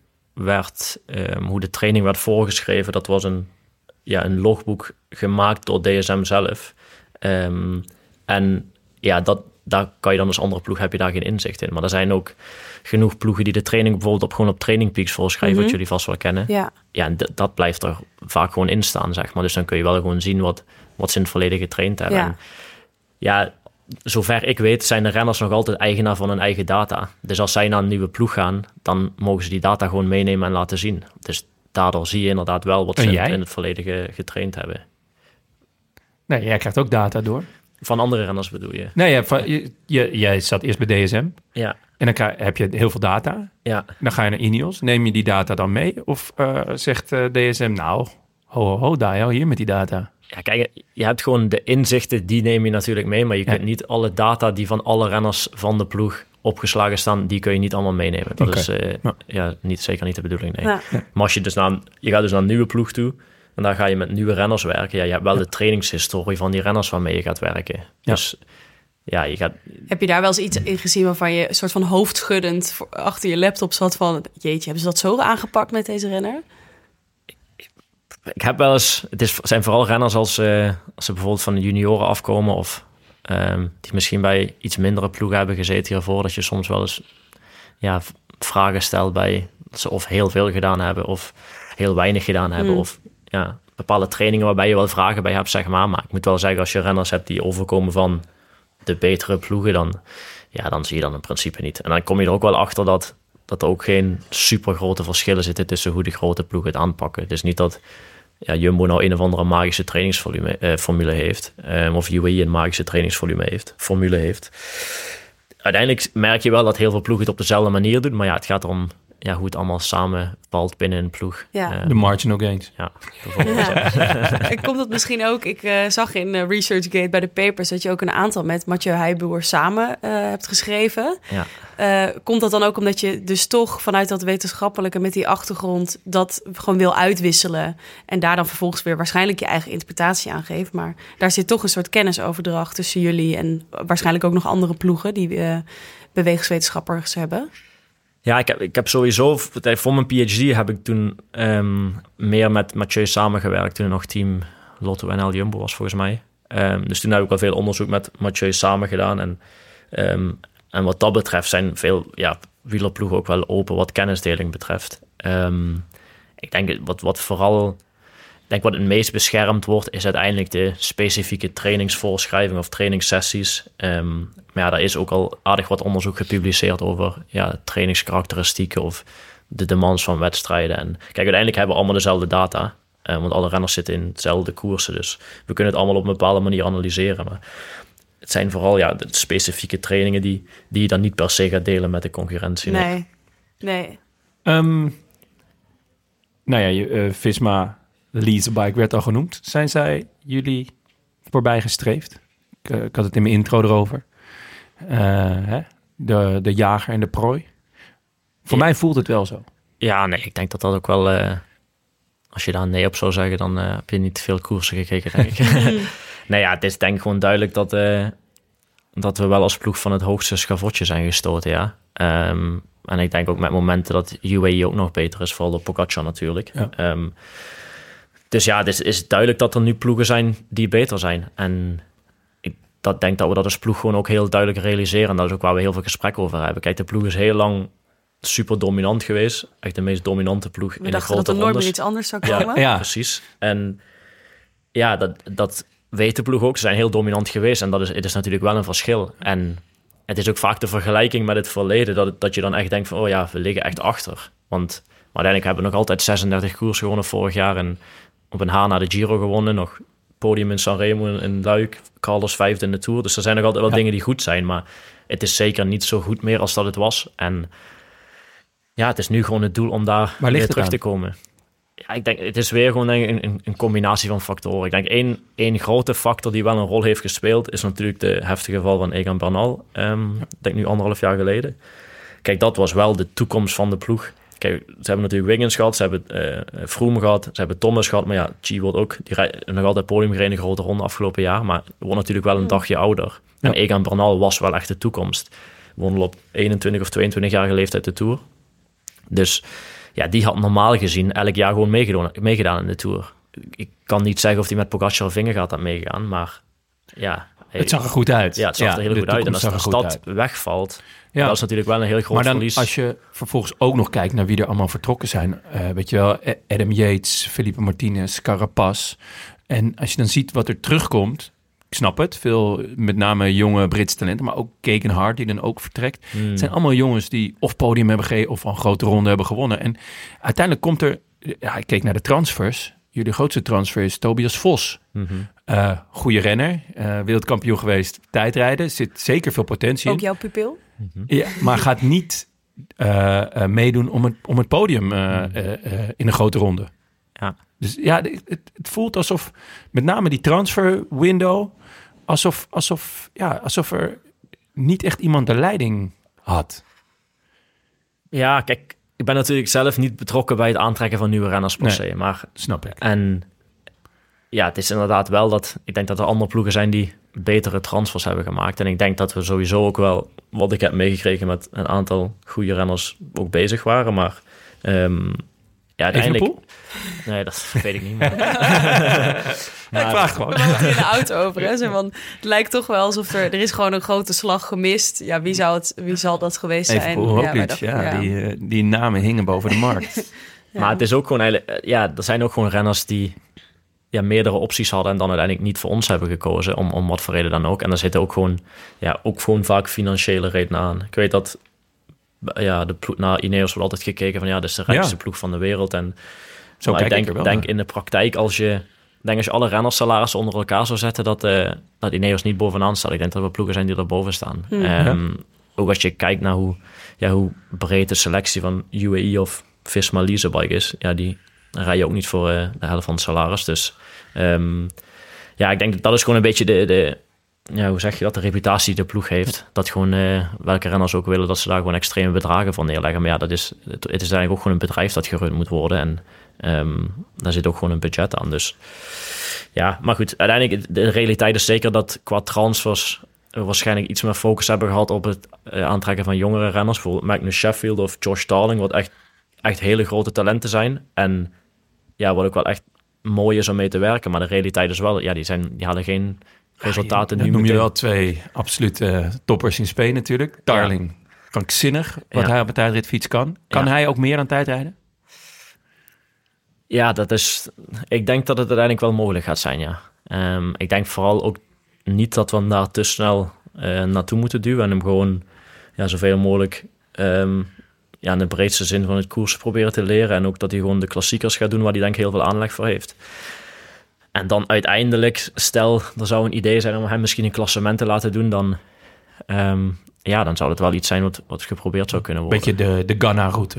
Speaker 6: werd, um, hoe de training werd voorgeschreven, dat was een, ja, een logboek gemaakt door D S M zelf. Um, en ja, dat, daar kan je dan als andere ploeg, heb je daar geen inzicht in. Maar er zijn ook genoeg ploegen die de training bijvoorbeeld op, gewoon op Training Peaks voorschrijven, mm-hmm. wat jullie vast wel kennen.
Speaker 4: Ja,
Speaker 6: ja en d- dat blijft er vaak gewoon in staan, zeg maar. Dus dan kun je wel gewoon zien wat, wat ze in het verleden getraind hebben.
Speaker 4: Ja.
Speaker 6: En ja, zover ik weet zijn de renners nog altijd eigenaar van hun eigen data. Dus als zij naar een nieuwe ploeg gaan, dan mogen ze die data gewoon meenemen en laten zien. Dus daardoor zie je inderdaad wel wat ze in, in het verleden getraind hebben.
Speaker 7: Nee, jij krijgt ook data door.
Speaker 6: Van andere renners bedoel je?
Speaker 7: Nee, ja, van, je, je, jij zat eerst bij D S M.
Speaker 6: Ja.
Speaker 7: En dan krijg, heb je heel veel data.
Speaker 6: Ja.
Speaker 7: Dan ga je naar Ineos. Neem je die data dan mee? Of uh, zegt uh, D S M, nou, ho, ho, ho, daar, hier met die data.
Speaker 6: Ja, kijk, je hebt gewoon de inzichten, die neem je natuurlijk mee. Maar je kunt ja. niet alle data die van alle renners van de ploeg opgeslagen staan, die kun je niet allemaal meenemen. Dat okay. is uh, ja. Ja, niet, zeker niet de bedoeling, nee. Ja. Ja. Maar als je dus naar, je gaat dus naar een nieuwe ploeg toe, en daar ga je met nieuwe renners werken. Ja, je hebt wel ja. de trainingshistorie van die renners waarmee je gaat werken. Ja. Dus ja, je gaat...
Speaker 4: Heb je daar wel eens iets in gezien waarvan je een soort van hoofdschuddend voor, achter je laptop zat van, jeetje, hebben ze dat zo aangepakt met deze renner?
Speaker 6: Ik, ik heb wel eens... Het is, zijn vooral renners als, uh, als ze bijvoorbeeld van de junioren afkomen of um, die misschien bij iets mindere ploegen hebben gezeten hiervoor, dat je soms wel eens ja, vragen stelt bij dat ze of heel veel gedaan hebben of heel weinig gedaan hebben mm. of ja, bepaalde trainingen waarbij je wel vragen bij hebt, zeg maar. Maar ik moet wel zeggen, als je renners hebt die overkomen van de betere ploegen, dan, ja, dan zie je dan in principe niet. En dan kom je er ook wel achter dat, dat er ook geen super grote verschillen zitten tussen hoe de grote ploegen het aanpakken. Het is niet dat ja, Jumbo nou een of andere magische trainingsformule eh, heeft, um, of U A E een magische trainingsformule heeft, formule heeft. uiteindelijk merk je wel dat heel veel ploegen het op dezelfde manier doen. Maar ja, het gaat erom ja, hoe het allemaal samenvalt binnen een ploeg.
Speaker 4: Ja.
Speaker 6: Uh,
Speaker 7: De marginal gains.
Speaker 6: Ja,
Speaker 4: Ja. En komt dat misschien ook... Ik uh, zag in uh, ResearchGate bij de papers... dat je ook een aantal met Mathieu Heijboer samen uh, hebt geschreven.
Speaker 6: Ja.
Speaker 4: Uh, komt dat dan ook omdat je dus toch vanuit dat wetenschappelijke... met die achtergrond dat gewoon wil uitwisselen... en daar dan vervolgens weer waarschijnlijk je eigen interpretatie aan geeft. Maar daar zit toch een soort kennisoverdracht tussen jullie... en waarschijnlijk ook nog andere ploegen... die uh, bewegingswetenschappers hebben...
Speaker 6: Ja, ik heb, ik heb sowieso... Voor mijn P H D heb ik toen um, meer met Mathieu samengewerkt... toen er nog team Lotto N L Jumbo was, volgens mij. Um, dus toen heb ik al veel onderzoek met Mathieu samen gedaan. En, um, en wat dat betreft zijn veel ja, wielerploegen ook wel open... wat kennisdeling betreft. Um, ik denk wat, wat vooral... Ik denk wat het meest beschermd wordt... is uiteindelijk de specifieke trainingsvoorschrijving... of trainingssessies... Um, Maar ja, daar is ook al aardig wat onderzoek gepubliceerd over ja, trainingskarakteristieken of de demands van wedstrijden. En kijk, uiteindelijk hebben we allemaal dezelfde data, eh, want alle renners zitten in hetzelfde koersen. Dus we kunnen het allemaal op een bepaalde manier analyseren. Maar het zijn vooral ja, de specifieke trainingen die, die je dan niet per se gaat delen met de concurrentie.
Speaker 4: Nee, nee.
Speaker 7: Um, nou ja, je, uh, Visma Leasebike werd al genoemd. Zijn zij jullie voorbij gestreefd? Ik, uh, ik had het in mijn intro erover. Uh, hè? De, de jager en de prooi. Voor ja. mij voelt het wel zo.
Speaker 6: Ja, nee, ik denk dat dat ook wel... Uh, als je daar nee op zou zeggen, dan uh, heb je niet veel koersen gekeken, denk ik. Nee, ja, het is denk ik gewoon duidelijk dat, uh, dat we wel als ploeg van het hoogste schavotje zijn gestoten, ja. Um, en ik denk ook met momenten dat U A E ook nog beter is, vooral de Pogacar natuurlijk. Ja. Um, dus ja, het is, is duidelijk dat er nu ploegen zijn die beter zijn. En... dat denk dat we dat als ploeg gewoon ook heel duidelijk realiseren. En dat is ook waar we heel veel gesprekken over hebben. Kijk, de ploeg is heel lang super dominant geweest. Echt de meest dominante ploeg we in de grote rondes. We dachten dat er nooit
Speaker 4: meer iets anders zou komen.
Speaker 6: Ja, ja, precies. En ja, dat, dat weet de ploeg ook. Ze zijn heel dominant geweest. En dat is, het is natuurlijk wel een verschil. En het is ook vaak de vergelijking met het verleden... dat, het, dat je dan echt denkt van, oh ja, we liggen echt achter. Want maar uiteindelijk hebben we nog altijd zesendertig koers gewonnen vorig jaar... en op een haar na de Giro gewonnen, nog... podium in Sanremo in Luik, Carlos vijfde in de Tour. Dus er zijn nog altijd wel ja. dingen die goed zijn, maar het is zeker niet zo goed meer als dat het was. En ja, het is nu gewoon het doel om daar weer terug aan? te komen. Ja, ik denk, het is weer gewoon denk ik, een, een combinatie van factoren. Ik denk één, één grote factor die wel een rol heeft gespeeld, is natuurlijk de heftige val van Egan Bernal. Um, ik denk nu anderhalf jaar geleden. Kijk, dat was wel de toekomst van de ploeg. Kijk, ze hebben natuurlijk Wiggins gehad, ze hebben uh, Froome gehad, ze hebben Thomas gehad. Maar ja, G wordt ook, die rijdt nog altijd podium gereden, grote ronde afgelopen jaar. Maar wordt natuurlijk wel een dagje ouder. Ja. En Egan Bernal was wel echt de toekomst. Won op eenentwintig of tweeëntwintig-jarige leeftijd de Tour. Dus ja, die had normaal gezien elk jaar gewoon meegedaan, meegedaan in de Tour. Ik kan niet zeggen of hij met Pogacar of Vingegaard had meegaan, maar ja...
Speaker 7: Hey, het zag er goed uit.
Speaker 6: Ja, het zag ja, er heel goed uit. En als, als dat uit. wegvalt, ja. dat is natuurlijk wel een heel groot
Speaker 7: maar dan,
Speaker 6: verlies.
Speaker 7: Als je vervolgens ook nog kijkt naar wie er allemaal vertrokken zijn. Uh, weet je wel, Adam Yates, Felipe Martinez, Carapaz. En als je dan ziet wat er terugkomt, ik snap het. Veel, met name jonge Britse talenten, maar ook Keegan Hart die dan ook vertrekt. Hmm. Het zijn allemaal jongens die of podium hebben gegeven of al een grote ronde hebben gewonnen. En uiteindelijk komt er, ja, ik keek naar de transfers. Jullie grootste transfer is Tobias Vos. Mm-hmm. Uh, goede renner, uh, wereldkampioen geweest, tijdrijden. Zit zeker veel potentie
Speaker 4: ook
Speaker 7: in.
Speaker 4: Ook jouw pupil?
Speaker 7: Mm-hmm. Ja, maar gaat niet uh, uh, meedoen om het, om het podium uh, mm-hmm. uh, uh, in een grote ronde.
Speaker 6: Ja.
Speaker 7: Dus ja, het, het voelt alsof, met name die transfer window, alsof, alsof, ja, alsof er niet echt iemand de leiding had.
Speaker 6: Ja, kijk, ik ben natuurlijk zelf niet betrokken bij het aantrekken van nieuwe renners per
Speaker 7: nee,
Speaker 6: se. Maar,
Speaker 7: snap ik.
Speaker 6: En ja, het is inderdaad wel dat... Ik denk dat er andere ploegen zijn die betere transfers hebben gemaakt. En ik denk dat we sowieso ook wel, wat ik heb meegekregen met een aantal goede renners, ook bezig waren. Maar um, ja, uiteindelijk... Nee, dat weet ik niet. Maar,
Speaker 7: maar ik vraag gewoon.
Speaker 4: We hadden in de auto over. Hè? Zo van, het lijkt toch wel alsof er... Er is gewoon een grote slag gemist. Ja, wie, zou het, wie zal dat geweest
Speaker 7: Even
Speaker 4: zijn?
Speaker 7: Roglic, ja, dachten, ja, ja. Die, uh, die namen hingen boven de markt.
Speaker 6: Ja. Maar het is ook gewoon eigenlijk... Ja, er zijn ook gewoon renners die... Ja, meerdere opties hadden en dan uiteindelijk niet voor ons hebben gekozen, om, om wat voor reden dan ook. En daar zitten ook gewoon, ja, ook gewoon vaak financiële redenen aan. Ik weet dat, ja, de ploeg naar Ineos wordt altijd gekeken van, ja, dat is de rijkste ja. ploeg van de wereld. En zo kijk ik denk, ik wel, denk in de praktijk, als je, denk als je alle renners salarissen onder elkaar zou zetten, dat, uh, dat Ineos niet bovenaan staat. Ik denk dat er ploegen zijn die er boven staan. Mm. Um, ook als je kijkt naar hoe, ja, hoe breed de selectie van U A E of Visma Leasebike is, ja, die rij je ook niet voor uh, de helft van het salaris. Dus um, ja, ik denk dat dat is gewoon een beetje de, de ja, hoe zeg je dat, de reputatie die de ploeg heeft. Dat gewoon uh, welke renners ook willen dat ze daar gewoon extreme bedragen van neerleggen. Maar ja, dat is, het, het is eigenlijk ook gewoon een bedrijf dat gerund moet worden. En um, daar zit ook gewoon een budget aan. Dus ja, maar goed, uiteindelijk de realiteit is zeker dat qua transfers we waarschijnlijk iets meer focus hebben gehad op het uh, aantrekken van jongere renners. Bijvoorbeeld Magnus Sheffield of Josh Starling, wat echt, echt hele grote talenten zijn. En ja, wat ook wel echt mooi is om mee te werken. Maar de realiteit is wel, ja, die, zijn, die hadden geen resultaten
Speaker 7: ja,
Speaker 6: nu
Speaker 7: noem
Speaker 6: meteen.
Speaker 7: je wel twee absolute uh, toppers in Spanje natuurlijk. Darling, ja. Krankzinnig wat ja. hij op een tijdritfiets kan. Kan ja. hij ook meer aan tijdrijden?
Speaker 6: Ja, dat is... Ik denk dat het uiteindelijk wel mogelijk gaat zijn, ja. Um, ik denk vooral ook niet dat we hem daar te snel uh, naartoe moeten duwen en hem gewoon ja, zoveel mogelijk um, ja, in de breedste zin van het koers proberen te leren. En ook dat hij gewoon de klassiekers gaat doen waar hij denk ik heel veel aanleg voor heeft. En dan uiteindelijk, stel, er zou een idee zijn om hem misschien een klassement te laten doen, dan, um, ja, dan zou het wel iets zijn wat, wat geprobeerd zou kunnen worden.
Speaker 7: Beetje de, de Ganna-route.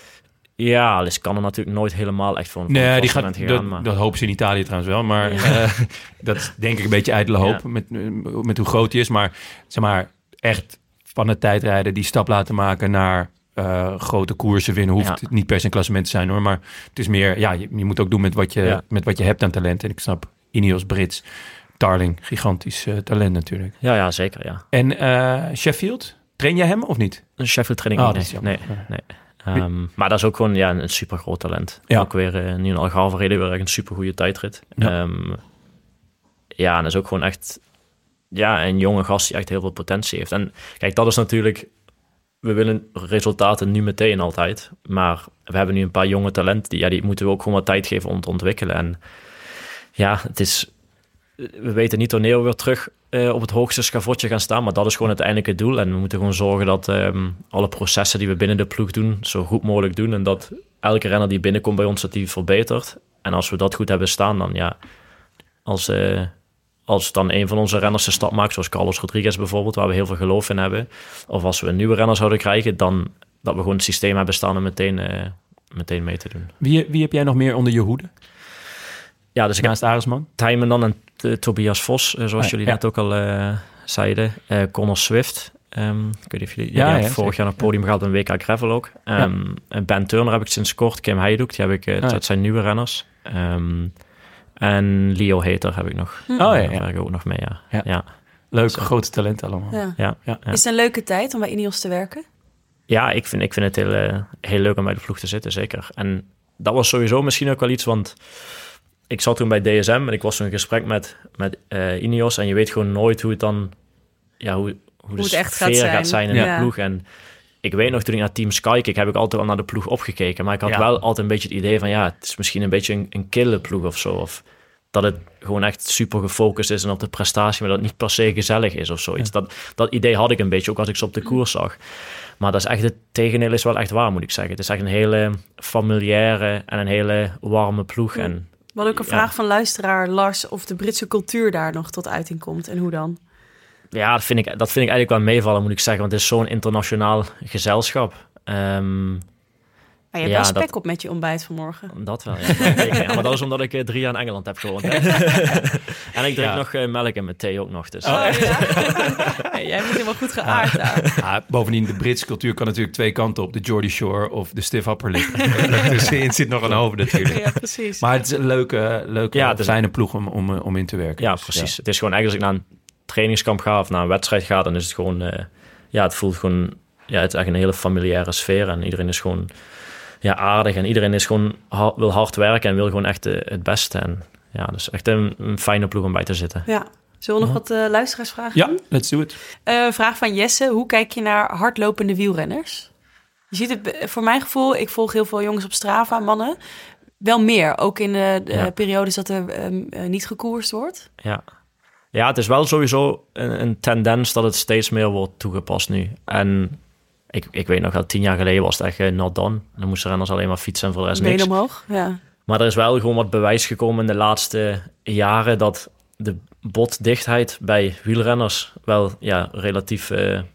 Speaker 6: Ja, Alice kan er natuurlijk nooit helemaal echt voor een
Speaker 7: nee, die gaat,
Speaker 6: gaan.
Speaker 7: Dat,
Speaker 6: maar...
Speaker 7: dat hopen ze in Italië trouwens wel. Maar ja. uh, dat is denk ik een beetje ijdele hoop ja. met, met hoe groot hij is. Maar zeg maar, echt van het tijdrijden die stap laten maken naar uh, grote koersen winnen. Hoeft ja. niet per se een klassement te zijn hoor. Maar het is meer, ja, je, je moet ook doen met wat je, ja. met wat je hebt aan talent. En ik snap Ineos, Brits, Darling, gigantisch uh, talent natuurlijk.
Speaker 6: Ja, ja, zeker, ja.
Speaker 7: En uh, Sheffield, train jij hem of niet?
Speaker 6: Sheffield train ik
Speaker 7: oh,
Speaker 6: niet, nee. nee, nee. Um, maar dat is ook gewoon ja, een super groot talent. Ja. Ook weer uh, nu in Algarve reden weer echt een super goede tijdrit. Ja. Um, ja, en dat is ook gewoon echt ja, een jonge gast die echt heel veel potentie heeft. En kijk, dat is natuurlijk, we willen resultaten nu meteen altijd. Maar we hebben nu een paar jonge talenten, die, ja, die moeten we ook gewoon wat tijd geven om te ontwikkelen. En ja, het is, we weten niet wanneer we weer terug uh, op het hoogste schavotje gaan staan, maar dat is gewoon uiteindelijk het doel. En we moeten gewoon zorgen dat um, alle processen die we binnen de ploeg doen, zo goed mogelijk doen. En dat elke renner die binnenkomt bij ons, dat die verbetert. En als we dat goed hebben staan, dan ja, als, uh, als dan een van onze renners de stap maakt, zoals Carlos Rodriguez bijvoorbeeld, waar we heel veel geloof in hebben, of als we een nieuwe renner zouden krijgen, dan dat we gewoon het systeem hebben staan om meteen, uh, meteen mee te doen.
Speaker 7: Wie, wie heb jij nog meer onder je hoede?
Speaker 6: Ja, dus ik
Speaker 7: naast Arendsman?
Speaker 6: Tijmen dan en uh, Tobias Vos, uh, zoals ah, jullie ja. net ook al uh, zeiden. Uh, Connor Swift. Um, ik weet niet of jullie... Ja, ja, ja, vorig zeker. jaar naar het podium gehaald in W K Gravel ook. Um, ja. Ben Turner heb ik sinds kort. Kim Heidoek, die heb ik... Uh, ah, dat zijn nieuwe renners. Um, en Leo Heter heb ik nog.
Speaker 7: Oh ja, ja.
Speaker 6: Daar werk ik ook nog mee, ja.
Speaker 7: ja. ja. Leuke, Zo. grote talenten allemaal.
Speaker 4: Ja.
Speaker 6: Ja. Ja.
Speaker 4: Ja. Is het een leuke tijd om bij Ineos te werken?
Speaker 6: Ja, ik vind, ik vind het heel, uh, heel leuk om bij de ploeg te zitten, zeker. En dat was sowieso misschien ook wel iets, want... Ik zat toen bij D S M en ik was toen in gesprek met, met uh, Ineos. En je weet gewoon nooit hoe het dan... Ja, hoe, hoe, hoe de het echt sfeer gaat zijn, gaat zijn in ja. de ploeg. En ik weet nog, toen ik naar Team Sky keek, heb ik altijd wel naar de ploeg opgekeken. Maar ik had ja. wel altijd een beetje het idee van... Ja, het is misschien een beetje een, een kille ploeg of zo. Of dat het gewoon echt super gefocust is en op de prestatie, maar dat het niet per se gezellig is of zoiets. Ja. Dat, dat idee had ik een beetje, ook als ik ze op de koers zag. Maar dat is echt, het tegendeel is wel echt waar, moet ik zeggen. Het is echt een hele familiaire en een hele warme ploeg. En
Speaker 4: we hadden ook een vraag ja. van luisteraar Lars of de Britse cultuur daar nog tot uiting komt en hoe dan?
Speaker 6: Ja, dat vind ik, dat vind ik eigenlijk wel meevallen, moet ik zeggen. Want het is zo'n internationaal gezelschap. Um,
Speaker 4: maar je hebt ja, wel spek dat, op met je ontbijt vanmorgen.
Speaker 6: Dat wel, ja. ja maar dat is omdat ik uh, drie jaar in Engeland heb gewoond. en ik drink ja. nog uh, melk in mijn thee ook nog. Dus.
Speaker 4: Oh, ja? hey, jij bent helemaal goed geaard ja. daar.
Speaker 7: Ja, bovendien, de Britse cultuur kan natuurlijk twee kanten op. De Geordie Shore of de stiff upper lip. Dus er zit nog een hoofd natuurlijk.
Speaker 4: Ja, precies.
Speaker 7: Maar het is een leuke, leuke
Speaker 6: ja, is
Speaker 7: fijne ploeg om, om, om in te werken.
Speaker 6: Ja,
Speaker 7: dus,
Speaker 6: precies.
Speaker 7: Ja.
Speaker 6: Het is gewoon eigenlijk als ik naar een trainingskamp ga of naar een wedstrijd ga, dan is het gewoon... Uh, ja, het voelt gewoon... Ja, het is echt een hele familiaire sfeer en iedereen is gewoon... Ja, aardig. En iedereen is gewoon hard, wil hard werken en wil gewoon echt uh, het beste. En ja, dus echt een, een fijne ploeg om bij te zitten.
Speaker 4: Ja. Zullen we nog wat uh, luisteraarsvragen
Speaker 7: Ja,
Speaker 4: doen?
Speaker 7: let's do it.
Speaker 4: Uh, vraag van Jesse. Hoe kijk je naar hardlopende wielrenners? Je ziet het, voor mijn gevoel, ik volg heel veel jongens op Strava, mannen. Wel meer, ook in de, de ja. periodes dat er um, uh, niet gekoerst wordt.
Speaker 6: Ja. ja, het is wel sowieso een, een tendens dat het steeds meer wordt toegepast nu. En... Ik, ik weet nog dat tien jaar geleden was het echt uh, not done. Dan moesten renners alleen maar fietsen en voor de rest niks.
Speaker 4: Been omhoog, ja.
Speaker 6: Maar er is wel gewoon wat bewijs gekomen in de laatste jaren... dat de botdichtheid bij wielrenners wel ja, relatief uh,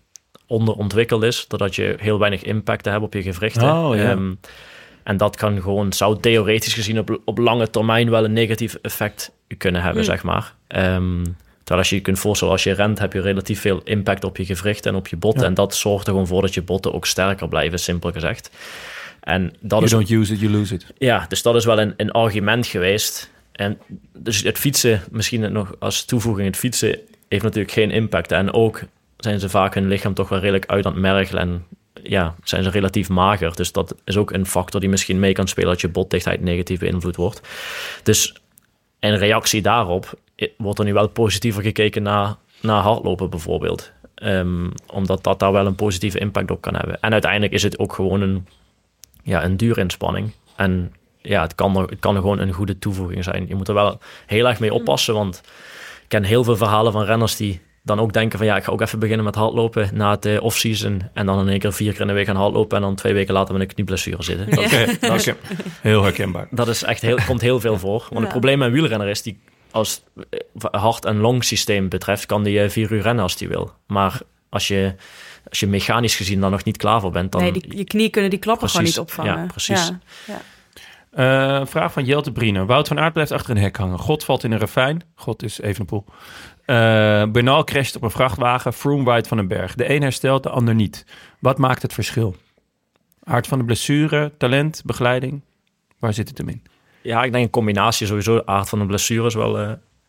Speaker 6: onderontwikkeld is, doordat je heel weinig impact hebt op je gewrichten.
Speaker 7: Oh, ja.
Speaker 6: Um, en dat kan gewoon, zou theoretisch gezien op, op lange termijn wel een negatief effect kunnen hebben, mm. zeg maar. Um, terwijl als je je kunt voorstellen, als je rent, heb je relatief veel impact op je gewrichten en op je botten. Ja. En dat zorgt er gewoon voor dat je botten ook sterker blijven, simpel gezegd. En dat
Speaker 7: you
Speaker 6: is,
Speaker 7: don't use it, you lose it.
Speaker 6: Ja, dus dat is wel een, een argument geweest. En dus het fietsen, misschien nog als toevoeging, het fietsen heeft natuurlijk geen impact. En ook zijn ze vaak hun lichaam toch wel redelijk uit aan het mergelen en ja, zijn ze relatief mager. Dus dat is ook een factor die misschien mee kan spelen dat je botdichtheid negatief beïnvloed wordt. Dus in reactie daarop wordt er nu wel positiever gekeken naar, naar hardlopen bijvoorbeeld. Um, omdat dat daar wel een positieve impact op kan hebben. En uiteindelijk is het ook gewoon een, ja, een duurinspanning. En ja, het kan, er, het kan er gewoon een goede toevoeging zijn. Je moet er wel heel erg mee oppassen, want ik ken heel veel verhalen van renners die dan ook denken van ja, ik ga ook even beginnen met hardlopen na het uh, off-season en dan in één keer vier keer in de week gaan hardlopen en dan twee weken later met een knieblessure zitten. Dat,
Speaker 7: okay. dat is heel herkenbaar.
Speaker 6: Dat is echt heel, komt heel veel voor. Want
Speaker 4: ja.
Speaker 6: het probleem met een wielrenner is, die als hart- en longsysteem betreft, kan die uh, vier uur rennen als die wil. Maar als je, als je mechanisch gezien dan nog niet klaar voor bent, dan...
Speaker 4: Nee, die, je knieën kunnen die klappen
Speaker 6: precies,
Speaker 4: gewoon niet opvangen.
Speaker 6: Ja, precies.
Speaker 4: Ja, ja.
Speaker 7: Uh, vraag van Jelte Briner. Wout van Aert blijft achter een hek hangen. God valt in een ravijn. God is Evenepoel. Uh, Bernal crasht op een vrachtwagen. Froome waait van een berg. De een herstelt, de ander niet. Wat maakt het verschil? Aard van de blessure, talent, begeleiding? Waar zit het hem in?
Speaker 6: Ja, ik denk een combinatie sowieso. Aard van de blessure is wel... Uh,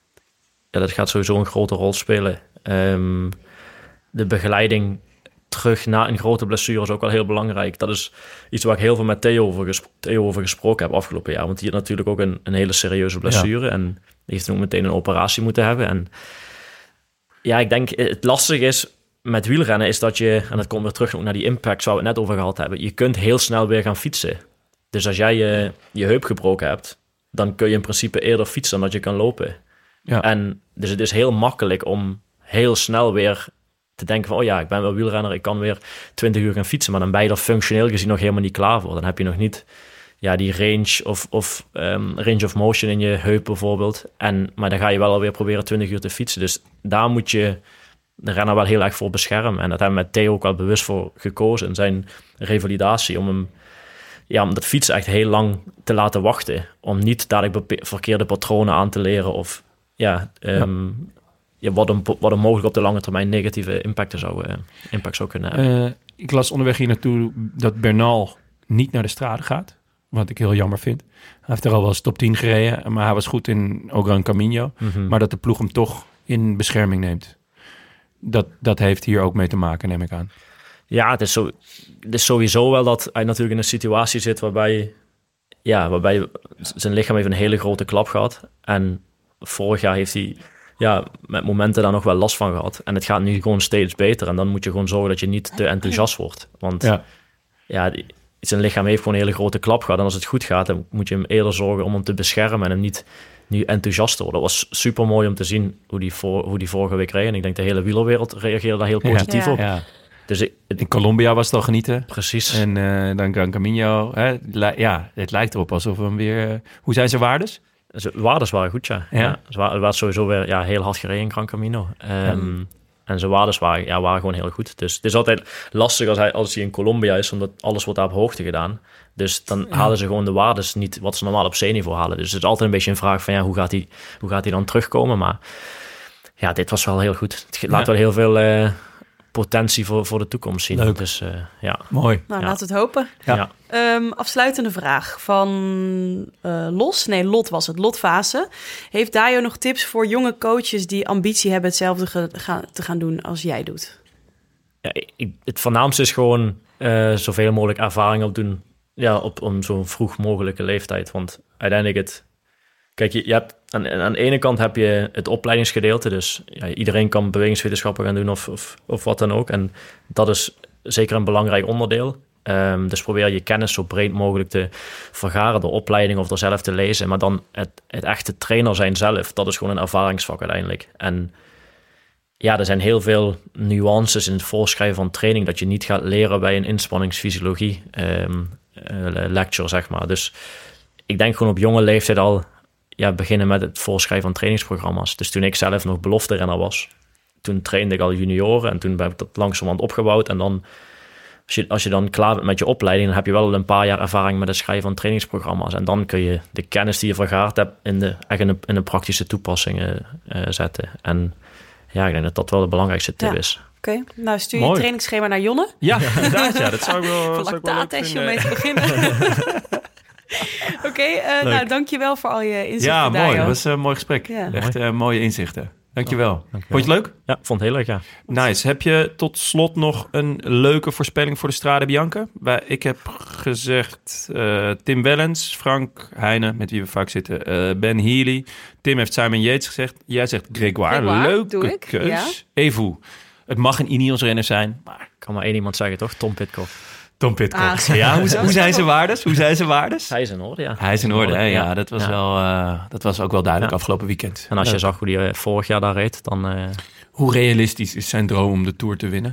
Speaker 6: ja, dat gaat sowieso een grote rol spelen. Um, de begeleiding terug na een grote blessure is ook wel heel belangrijk. Dat is iets waar ik heel veel met Theo over, gespro- Theo over gesproken heb afgelopen jaar. Want die had natuurlijk ook een, een hele serieuze blessure. Ja. En die heeft ook meteen een operatie moeten hebben. En ja, ik denk het lastige is met wielrennen is dat je... En dat komt weer terug ook naar die impact waar we het net over gehad hebben. Je kunt heel snel weer gaan fietsen. Dus als jij je, je heup gebroken hebt, dan kun je in principe eerder fietsen dan dat je kan lopen. Ja. En dus het is heel makkelijk om heel snel weer te denken van, oh ja, ik ben wel wielrenner, ik kan weer twintig uur gaan fietsen, maar dan ben je er functioneel gezien nog helemaal niet klaar voor. Dan heb je nog niet ja, die range of, of um, range of motion in je heup bijvoorbeeld. En, maar dan ga je wel alweer proberen twintig uur te fietsen. Dus daar moet je de renner wel heel erg voor beschermen. En dat hebben we met Theo ook wel bewust voor gekozen in zijn revalidatie, om hem ja, om dat fietsen echt heel lang te laten wachten. Om niet dadelijk bepe- verkeerde patronen aan te leren of ja, um, ja. Ja, wat, een, wat een mogelijk op de lange termijn negatieve impacten zou, uh, impact zou kunnen hebben. Uh,
Speaker 7: ik las onderweg hier naartoe dat Bernal niet naar de strade gaat. Wat ik heel jammer vind. Hij heeft er al wel eens top tien gereden, maar hij was goed in O Gran Camino. Mm-hmm. Maar dat de ploeg hem toch in bescherming neemt. Dat, dat heeft hier ook mee te maken, neem ik aan.
Speaker 6: Ja, het is, zo, het is sowieso wel dat hij natuurlijk in een situatie zit waarbij, ja, waarbij zijn lichaam heeft een hele grote klap gehad. En vorig jaar heeft hij ja, met momenten daar nog wel last van gehad. En het gaat nu gewoon steeds beter. En dan moet je gewoon zorgen dat je niet te enthousiast wordt. Want ja, ja die, zijn lichaam heeft gewoon een hele grote klap gehad. En als het goed gaat, dan moet je hem eerder zorgen om hem te beschermen en hem niet nu enthousiast te worden. Dat was super mooi om te zien hoe die, voor, hoe die vorige week reed. En ik denk de hele wielerwereld reageerde daar heel positief ja. op. Ja.
Speaker 7: Dus ik, in Colombia was het al genieten.
Speaker 6: Precies.
Speaker 7: En uh, dan Gran Camino. Hè, ja, het lijkt erop alsof we hem weer... Uh, hoe zijn zijn waardes?
Speaker 6: De waardes waren goed, ja. ja. ja ze waren sowieso weer ja, heel hard gereden in Gran Camino. Um, ja. En zijn waardes waren, ja, waren gewoon heel goed. Dus het is altijd lastig als hij, als hij in Colombia is, omdat alles wordt daar op hoogte gedaan. Dus dan ja. halen ze gewoon de waardes niet wat ze normaal op C-niveau halen. Dus het is altijd een beetje een vraag van ja, hoe gaat hij, hoe gaat hij dan terugkomen? Maar ja, dit was wel heel goed. Het laat ja. wel heel veel uh, potentie voor, voor de toekomst zien.
Speaker 7: Leuk.
Speaker 6: Dus uh, ja.
Speaker 7: Mooi.
Speaker 4: Nou,
Speaker 6: ja.
Speaker 4: laten we het hopen.
Speaker 6: Ja.
Speaker 4: Ja. Um, afsluitende vraag van uh, Los. Nee, Lot was het. Lot Vase. Heeft Dayo nog tips voor jonge coaches die ambitie hebben hetzelfde ge- ga- te gaan doen als jij doet?
Speaker 6: Ja, ik, het voornaamste is gewoon uh, zoveel mogelijk ervaring opdoen. Ja, op om zo'n vroeg mogelijke leeftijd. Want uiteindelijk het... Kijk, je, je hebt, aan, aan de ene kant heb je het opleidingsgedeelte. Dus ja, iedereen kan bewegingswetenschappen gaan doen of, of, of wat dan ook. En dat is zeker een belangrijk onderdeel. Um, dus probeer je kennis zo breed mogelijk te vergaren door opleiding of door zelf te lezen. Maar dan het, het echte trainer zijn zelf, dat is gewoon een ervaringsvak uiteindelijk. En ja, er zijn heel veel nuances in het voorschrijven van training dat je niet gaat leren bij een inspanningsfysiologie um, uh, lecture, zeg maar. Dus ik denk gewoon op jonge leeftijd al ja, beginnen met het voorschrijven van trainingsprogramma's. Dus toen ik zelf nog belofterenner was, toen trainde ik al junioren en toen heb ik dat langzamerhand opgebouwd. En dan, als je, als je dan klaar bent met je opleiding, dan heb je wel al een paar jaar ervaring met het schrijven van trainingsprogramma's. En dan kun je de kennis die je vergaard hebt in de, echt in de, in de praktische toepassingen uh, zetten. En ja, ik denk dat dat wel de belangrijkste tip
Speaker 4: ja.
Speaker 6: is.
Speaker 4: Oké, okay. Nou stuur je
Speaker 7: Mooi.
Speaker 4: trainingsschema naar Jonne.
Speaker 7: Ja, inderdaad. Ja, dat zou ik wel,
Speaker 4: Voor
Speaker 7: zou ik wel leuk
Speaker 4: lactaattestje om
Speaker 7: vinden.
Speaker 4: mee te beginnen. Oké, okay, uh, nou dankjewel voor al je inzichten.
Speaker 7: Ja, mooi.
Speaker 4: Dajo.
Speaker 7: Dat was een mooi gesprek.
Speaker 4: Ja.
Speaker 7: Echt uh, mooie inzichten. Dankjewel.
Speaker 6: Oh, dankjewel.
Speaker 7: Vond je het leuk?
Speaker 6: Ja, vond het heel leuk, ja.
Speaker 7: Nice. Heb je tot slot nog een leuke voorspelling voor de Strade Bianca? Wij, ik heb gezegd uh, Tim Wellens, Frank Heijnen, met wie we vaak zitten, uh, Ben Healy. Tim heeft Simon Yates gezegd. Jij zegt Grégoire.
Speaker 4: Grégoire,
Speaker 7: Leuke
Speaker 4: doe ik.
Speaker 7: keus.
Speaker 4: Ja.
Speaker 7: Evu. Het mag een Ineos-renner zijn, maar
Speaker 6: Kan maar één iemand zeggen, toch? Tom Pidcock.
Speaker 7: Tom Pidcock.
Speaker 4: Ah,
Speaker 7: ja, hoe, hoe zijn zijn waardes? Hoe zijn zijn waardes?
Speaker 6: Hij is in orde, ja.
Speaker 7: Hij is in orde, hè? Ja,
Speaker 6: Ja.
Speaker 7: dat was,
Speaker 6: Ja.
Speaker 7: wel, uh, dat was ook wel duidelijk
Speaker 6: Ja.
Speaker 7: afgelopen weekend.
Speaker 6: En als je
Speaker 7: Leuk.
Speaker 6: zag hoe hij uh, vorig jaar daar reed, dan... Uh,
Speaker 7: Hoe realistisch is zijn droom om de Tour te winnen?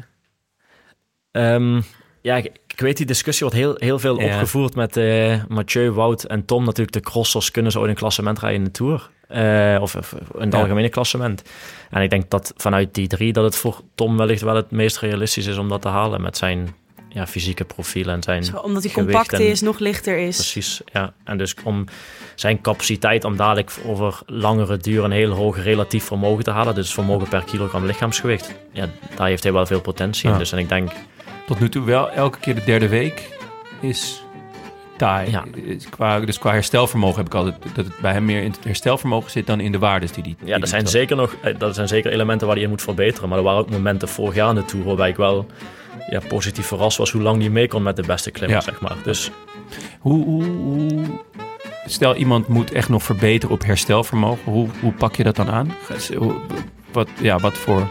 Speaker 6: Um, ja, ik, ik weet, die discussie wordt heel, heel veel
Speaker 7: Ja.
Speaker 6: opgevoerd met uh, Mathieu, Wout en Tom. Natuurlijk de crossers, kunnen ze ooit een klassement rijden in de Tour? Uh, of, of in het
Speaker 7: Ja.
Speaker 6: algemene klassement. En ik denk dat vanuit die drie, dat het voor Tom wellicht wel het meest realistisch is om dat te halen met zijn ja, fysieke profiel en zijn
Speaker 4: Zo, omdat hij
Speaker 6: gewicht
Speaker 4: compact
Speaker 6: en-
Speaker 4: is, nog lichter is.
Speaker 6: Precies, ja. En dus om zijn capaciteit om dadelijk over langere duur een heel hoog relatief vermogen te halen, dus vermogen per kilogram lichaamsgewicht, ja, daar heeft hij wel veel potentie in.
Speaker 7: Ja.
Speaker 6: Dus en ik denk,
Speaker 7: Tot nu toe wel elke keer de derde week is taai.
Speaker 6: Ja.
Speaker 7: Is Qua, dus qua herstelvermogen heb ik altijd dat het bij hem meer in het herstelvermogen zit dan in de waardes die die. die
Speaker 6: ja, er
Speaker 7: die
Speaker 6: zijn
Speaker 7: toont.
Speaker 6: zeker nog, er zijn zeker elementen waar hij in moet verbeteren, maar er waren ook momenten vorig jaar in de Tour waarbij ik wel ja, positief verrast was hoe lang hij mee kon met de beste klimmers,
Speaker 7: Ja.
Speaker 6: zeg maar. Dus
Speaker 7: Hoe, hoe, hoe, stel iemand moet echt nog verbeteren op herstelvermogen. Hoe, hoe pak je dat dan aan? Ga- hoe- Wat, ja, wat voor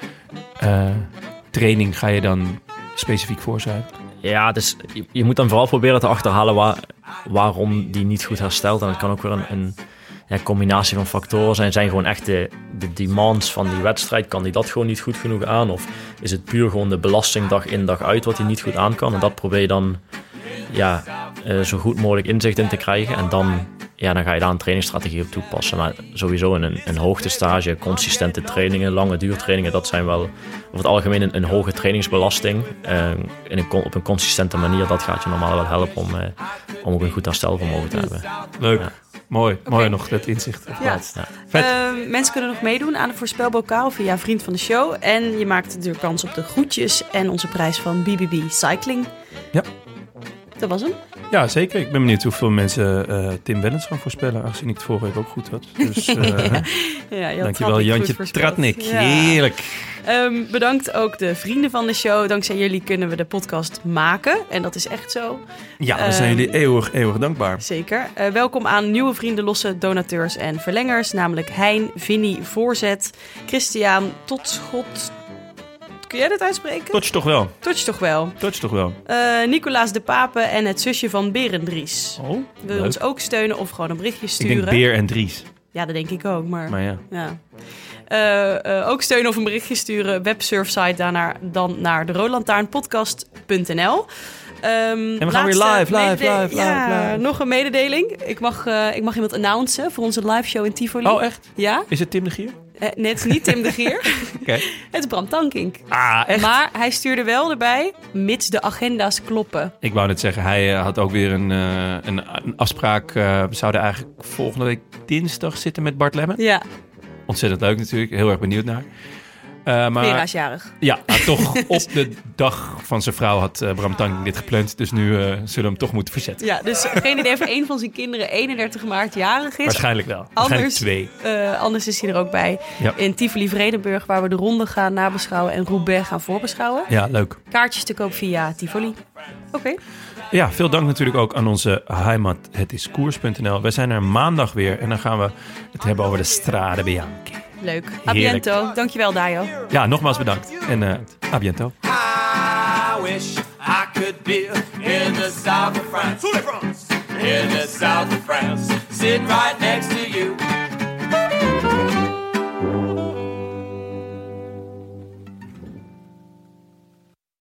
Speaker 7: uh, training ga je dan specifiek voor zijn?
Speaker 6: ja, dus je, je moet dan vooral proberen te achterhalen waar, waarom die niet goed herstelt. En het kan ook weer een, een ja, combinatie van factoren zijn. Zijn gewoon echt de, de demands van die wedstrijd, kan die dat gewoon niet goed genoeg aan? Of is het puur gewoon de belasting dag in dag uit wat hij niet goed aan kan? En dat probeer je dan ja, uh, zo goed mogelijk inzicht in te krijgen. En dan, ja, dan ga je daar een trainingsstrategie op toepassen. Maar sowieso in een, een hoogtestage, consistente trainingen, lange duurtrainingen, dat zijn wel over het algemeen een, een hoge trainingsbelasting. Uh, in een, op een consistente manier, dat gaat je normaal wel helpen om, uh, om ook een goed herstelvermogen te hebben.
Speaker 7: Leuk,
Speaker 6: Ja.
Speaker 7: mooi,
Speaker 4: Oké.
Speaker 7: mooi nog dat inzicht.
Speaker 4: Ja.
Speaker 6: Ja.
Speaker 7: Vet.
Speaker 4: Uh, mensen kunnen nog meedoen aan de voorspelbokaal via Vriend van de Show. En je maakt natuurlijk kans op de groetjes en onze prijs van B B B Cycling.
Speaker 7: Ja.
Speaker 4: Dat was hem.
Speaker 7: Ja, zeker. Ik ben benieuwd hoeveel mensen uh, Tim Wellens gaan voorspellen, aangezien ik het vorige week ook goed had. Dus uh,
Speaker 4: Ja, je had
Speaker 7: dankjewel
Speaker 4: Tratnik
Speaker 7: Jantje
Speaker 4: goed voorspeld.
Speaker 7: Tratnik.
Speaker 4: Ja.
Speaker 7: Heerlijk.
Speaker 4: Um, bedankt ook de vrienden van de show. Dankzij jullie kunnen we de podcast maken. En dat is echt zo.
Speaker 7: Ja, we
Speaker 4: Um,
Speaker 7: zijn jullie eeuwig, eeuwig dankbaar.
Speaker 4: Zeker. Uh, welkom aan nieuwe vrienden, losse donateurs en verlengers. Namelijk Hein, Vinnie, Voorzet, Christian, Totschot. Kun jij dit uitspreken?
Speaker 7: Tot je toch wel.
Speaker 4: Tot je toch wel.
Speaker 7: Tot je toch wel.
Speaker 4: Uh, Nicolaas de Pape en het zusje van Berendries.
Speaker 7: Oh,
Speaker 4: Wil je
Speaker 7: leuk.
Speaker 4: ons ook steunen of gewoon een berichtje
Speaker 7: Ik
Speaker 4: sturen?
Speaker 7: denk Beer en Dries.
Speaker 4: Ja, dat denk ik ook, maar...
Speaker 7: Maar ja.
Speaker 4: Ja. Uh, uh, ook steunen of een berichtje sturen. Websurfsite daarnaar, dan naar de roodlantaarnpodcast punt n l. Um,
Speaker 7: En we gaan weer
Speaker 4: laatste
Speaker 7: live, live,
Speaker 4: medede-
Speaker 7: live,
Speaker 4: ja,
Speaker 7: live, live.
Speaker 4: nog een mededeling. Ik mag, uh, ik mag iemand announcen voor onze live show in Tivoli.
Speaker 7: Oh, echt?
Speaker 4: Ja?
Speaker 7: Is het Tim de Gier?
Speaker 4: Uh, nee, het is niet Tim de Gier.
Speaker 7: Oké.
Speaker 4: Het is Bram Tankink.
Speaker 7: Ah, echt?
Speaker 4: Maar hij stuurde wel erbij, mits de agenda's kloppen.
Speaker 7: Ik wou net zeggen, hij uh, had ook weer een, uh, een, een afspraak. Uh, we zouden eigenlijk volgende week dinsdag zitten met Bart Lemmen.
Speaker 4: Ja,
Speaker 7: Ontzettend leuk natuurlijk, heel erg benieuwd naar. Uh, maar
Speaker 4: Vera is jarig.
Speaker 7: ja, maar toch op de dag van zijn vrouw had uh, Bram Tankink dit gepland. Dus nu uh, zullen we hem toch moeten verzetten.
Speaker 4: Ja, dus geen idee of een van zijn kinderen eenendertig maart jarig is.
Speaker 7: Waarschijnlijk wel. Waarschijnlijk
Speaker 4: Anders,
Speaker 7: twee.
Speaker 4: uh, anders is hij er ook bij.
Speaker 7: Ja.
Speaker 4: In Tivoli-Vredenburg, waar we de ronde gaan nabeschouwen en Roubaix gaan voorbeschouwen.
Speaker 7: Ja, leuk.
Speaker 4: Kaartjes te koop via Tivoli. Oké. Okay.
Speaker 7: Ja, veel dank natuurlijk ook aan onze heimat, het is koers punt n l. Wij zijn er maandag weer en dan gaan we het hebben over de Strade Bianche.
Speaker 4: Leuk. A biento. Dankjewel, Dajo.
Speaker 7: Ja, nogmaals bedankt. En uh, a biento.
Speaker 8: I wish I could be in the south of France. In the south of France. Sitting right next to you.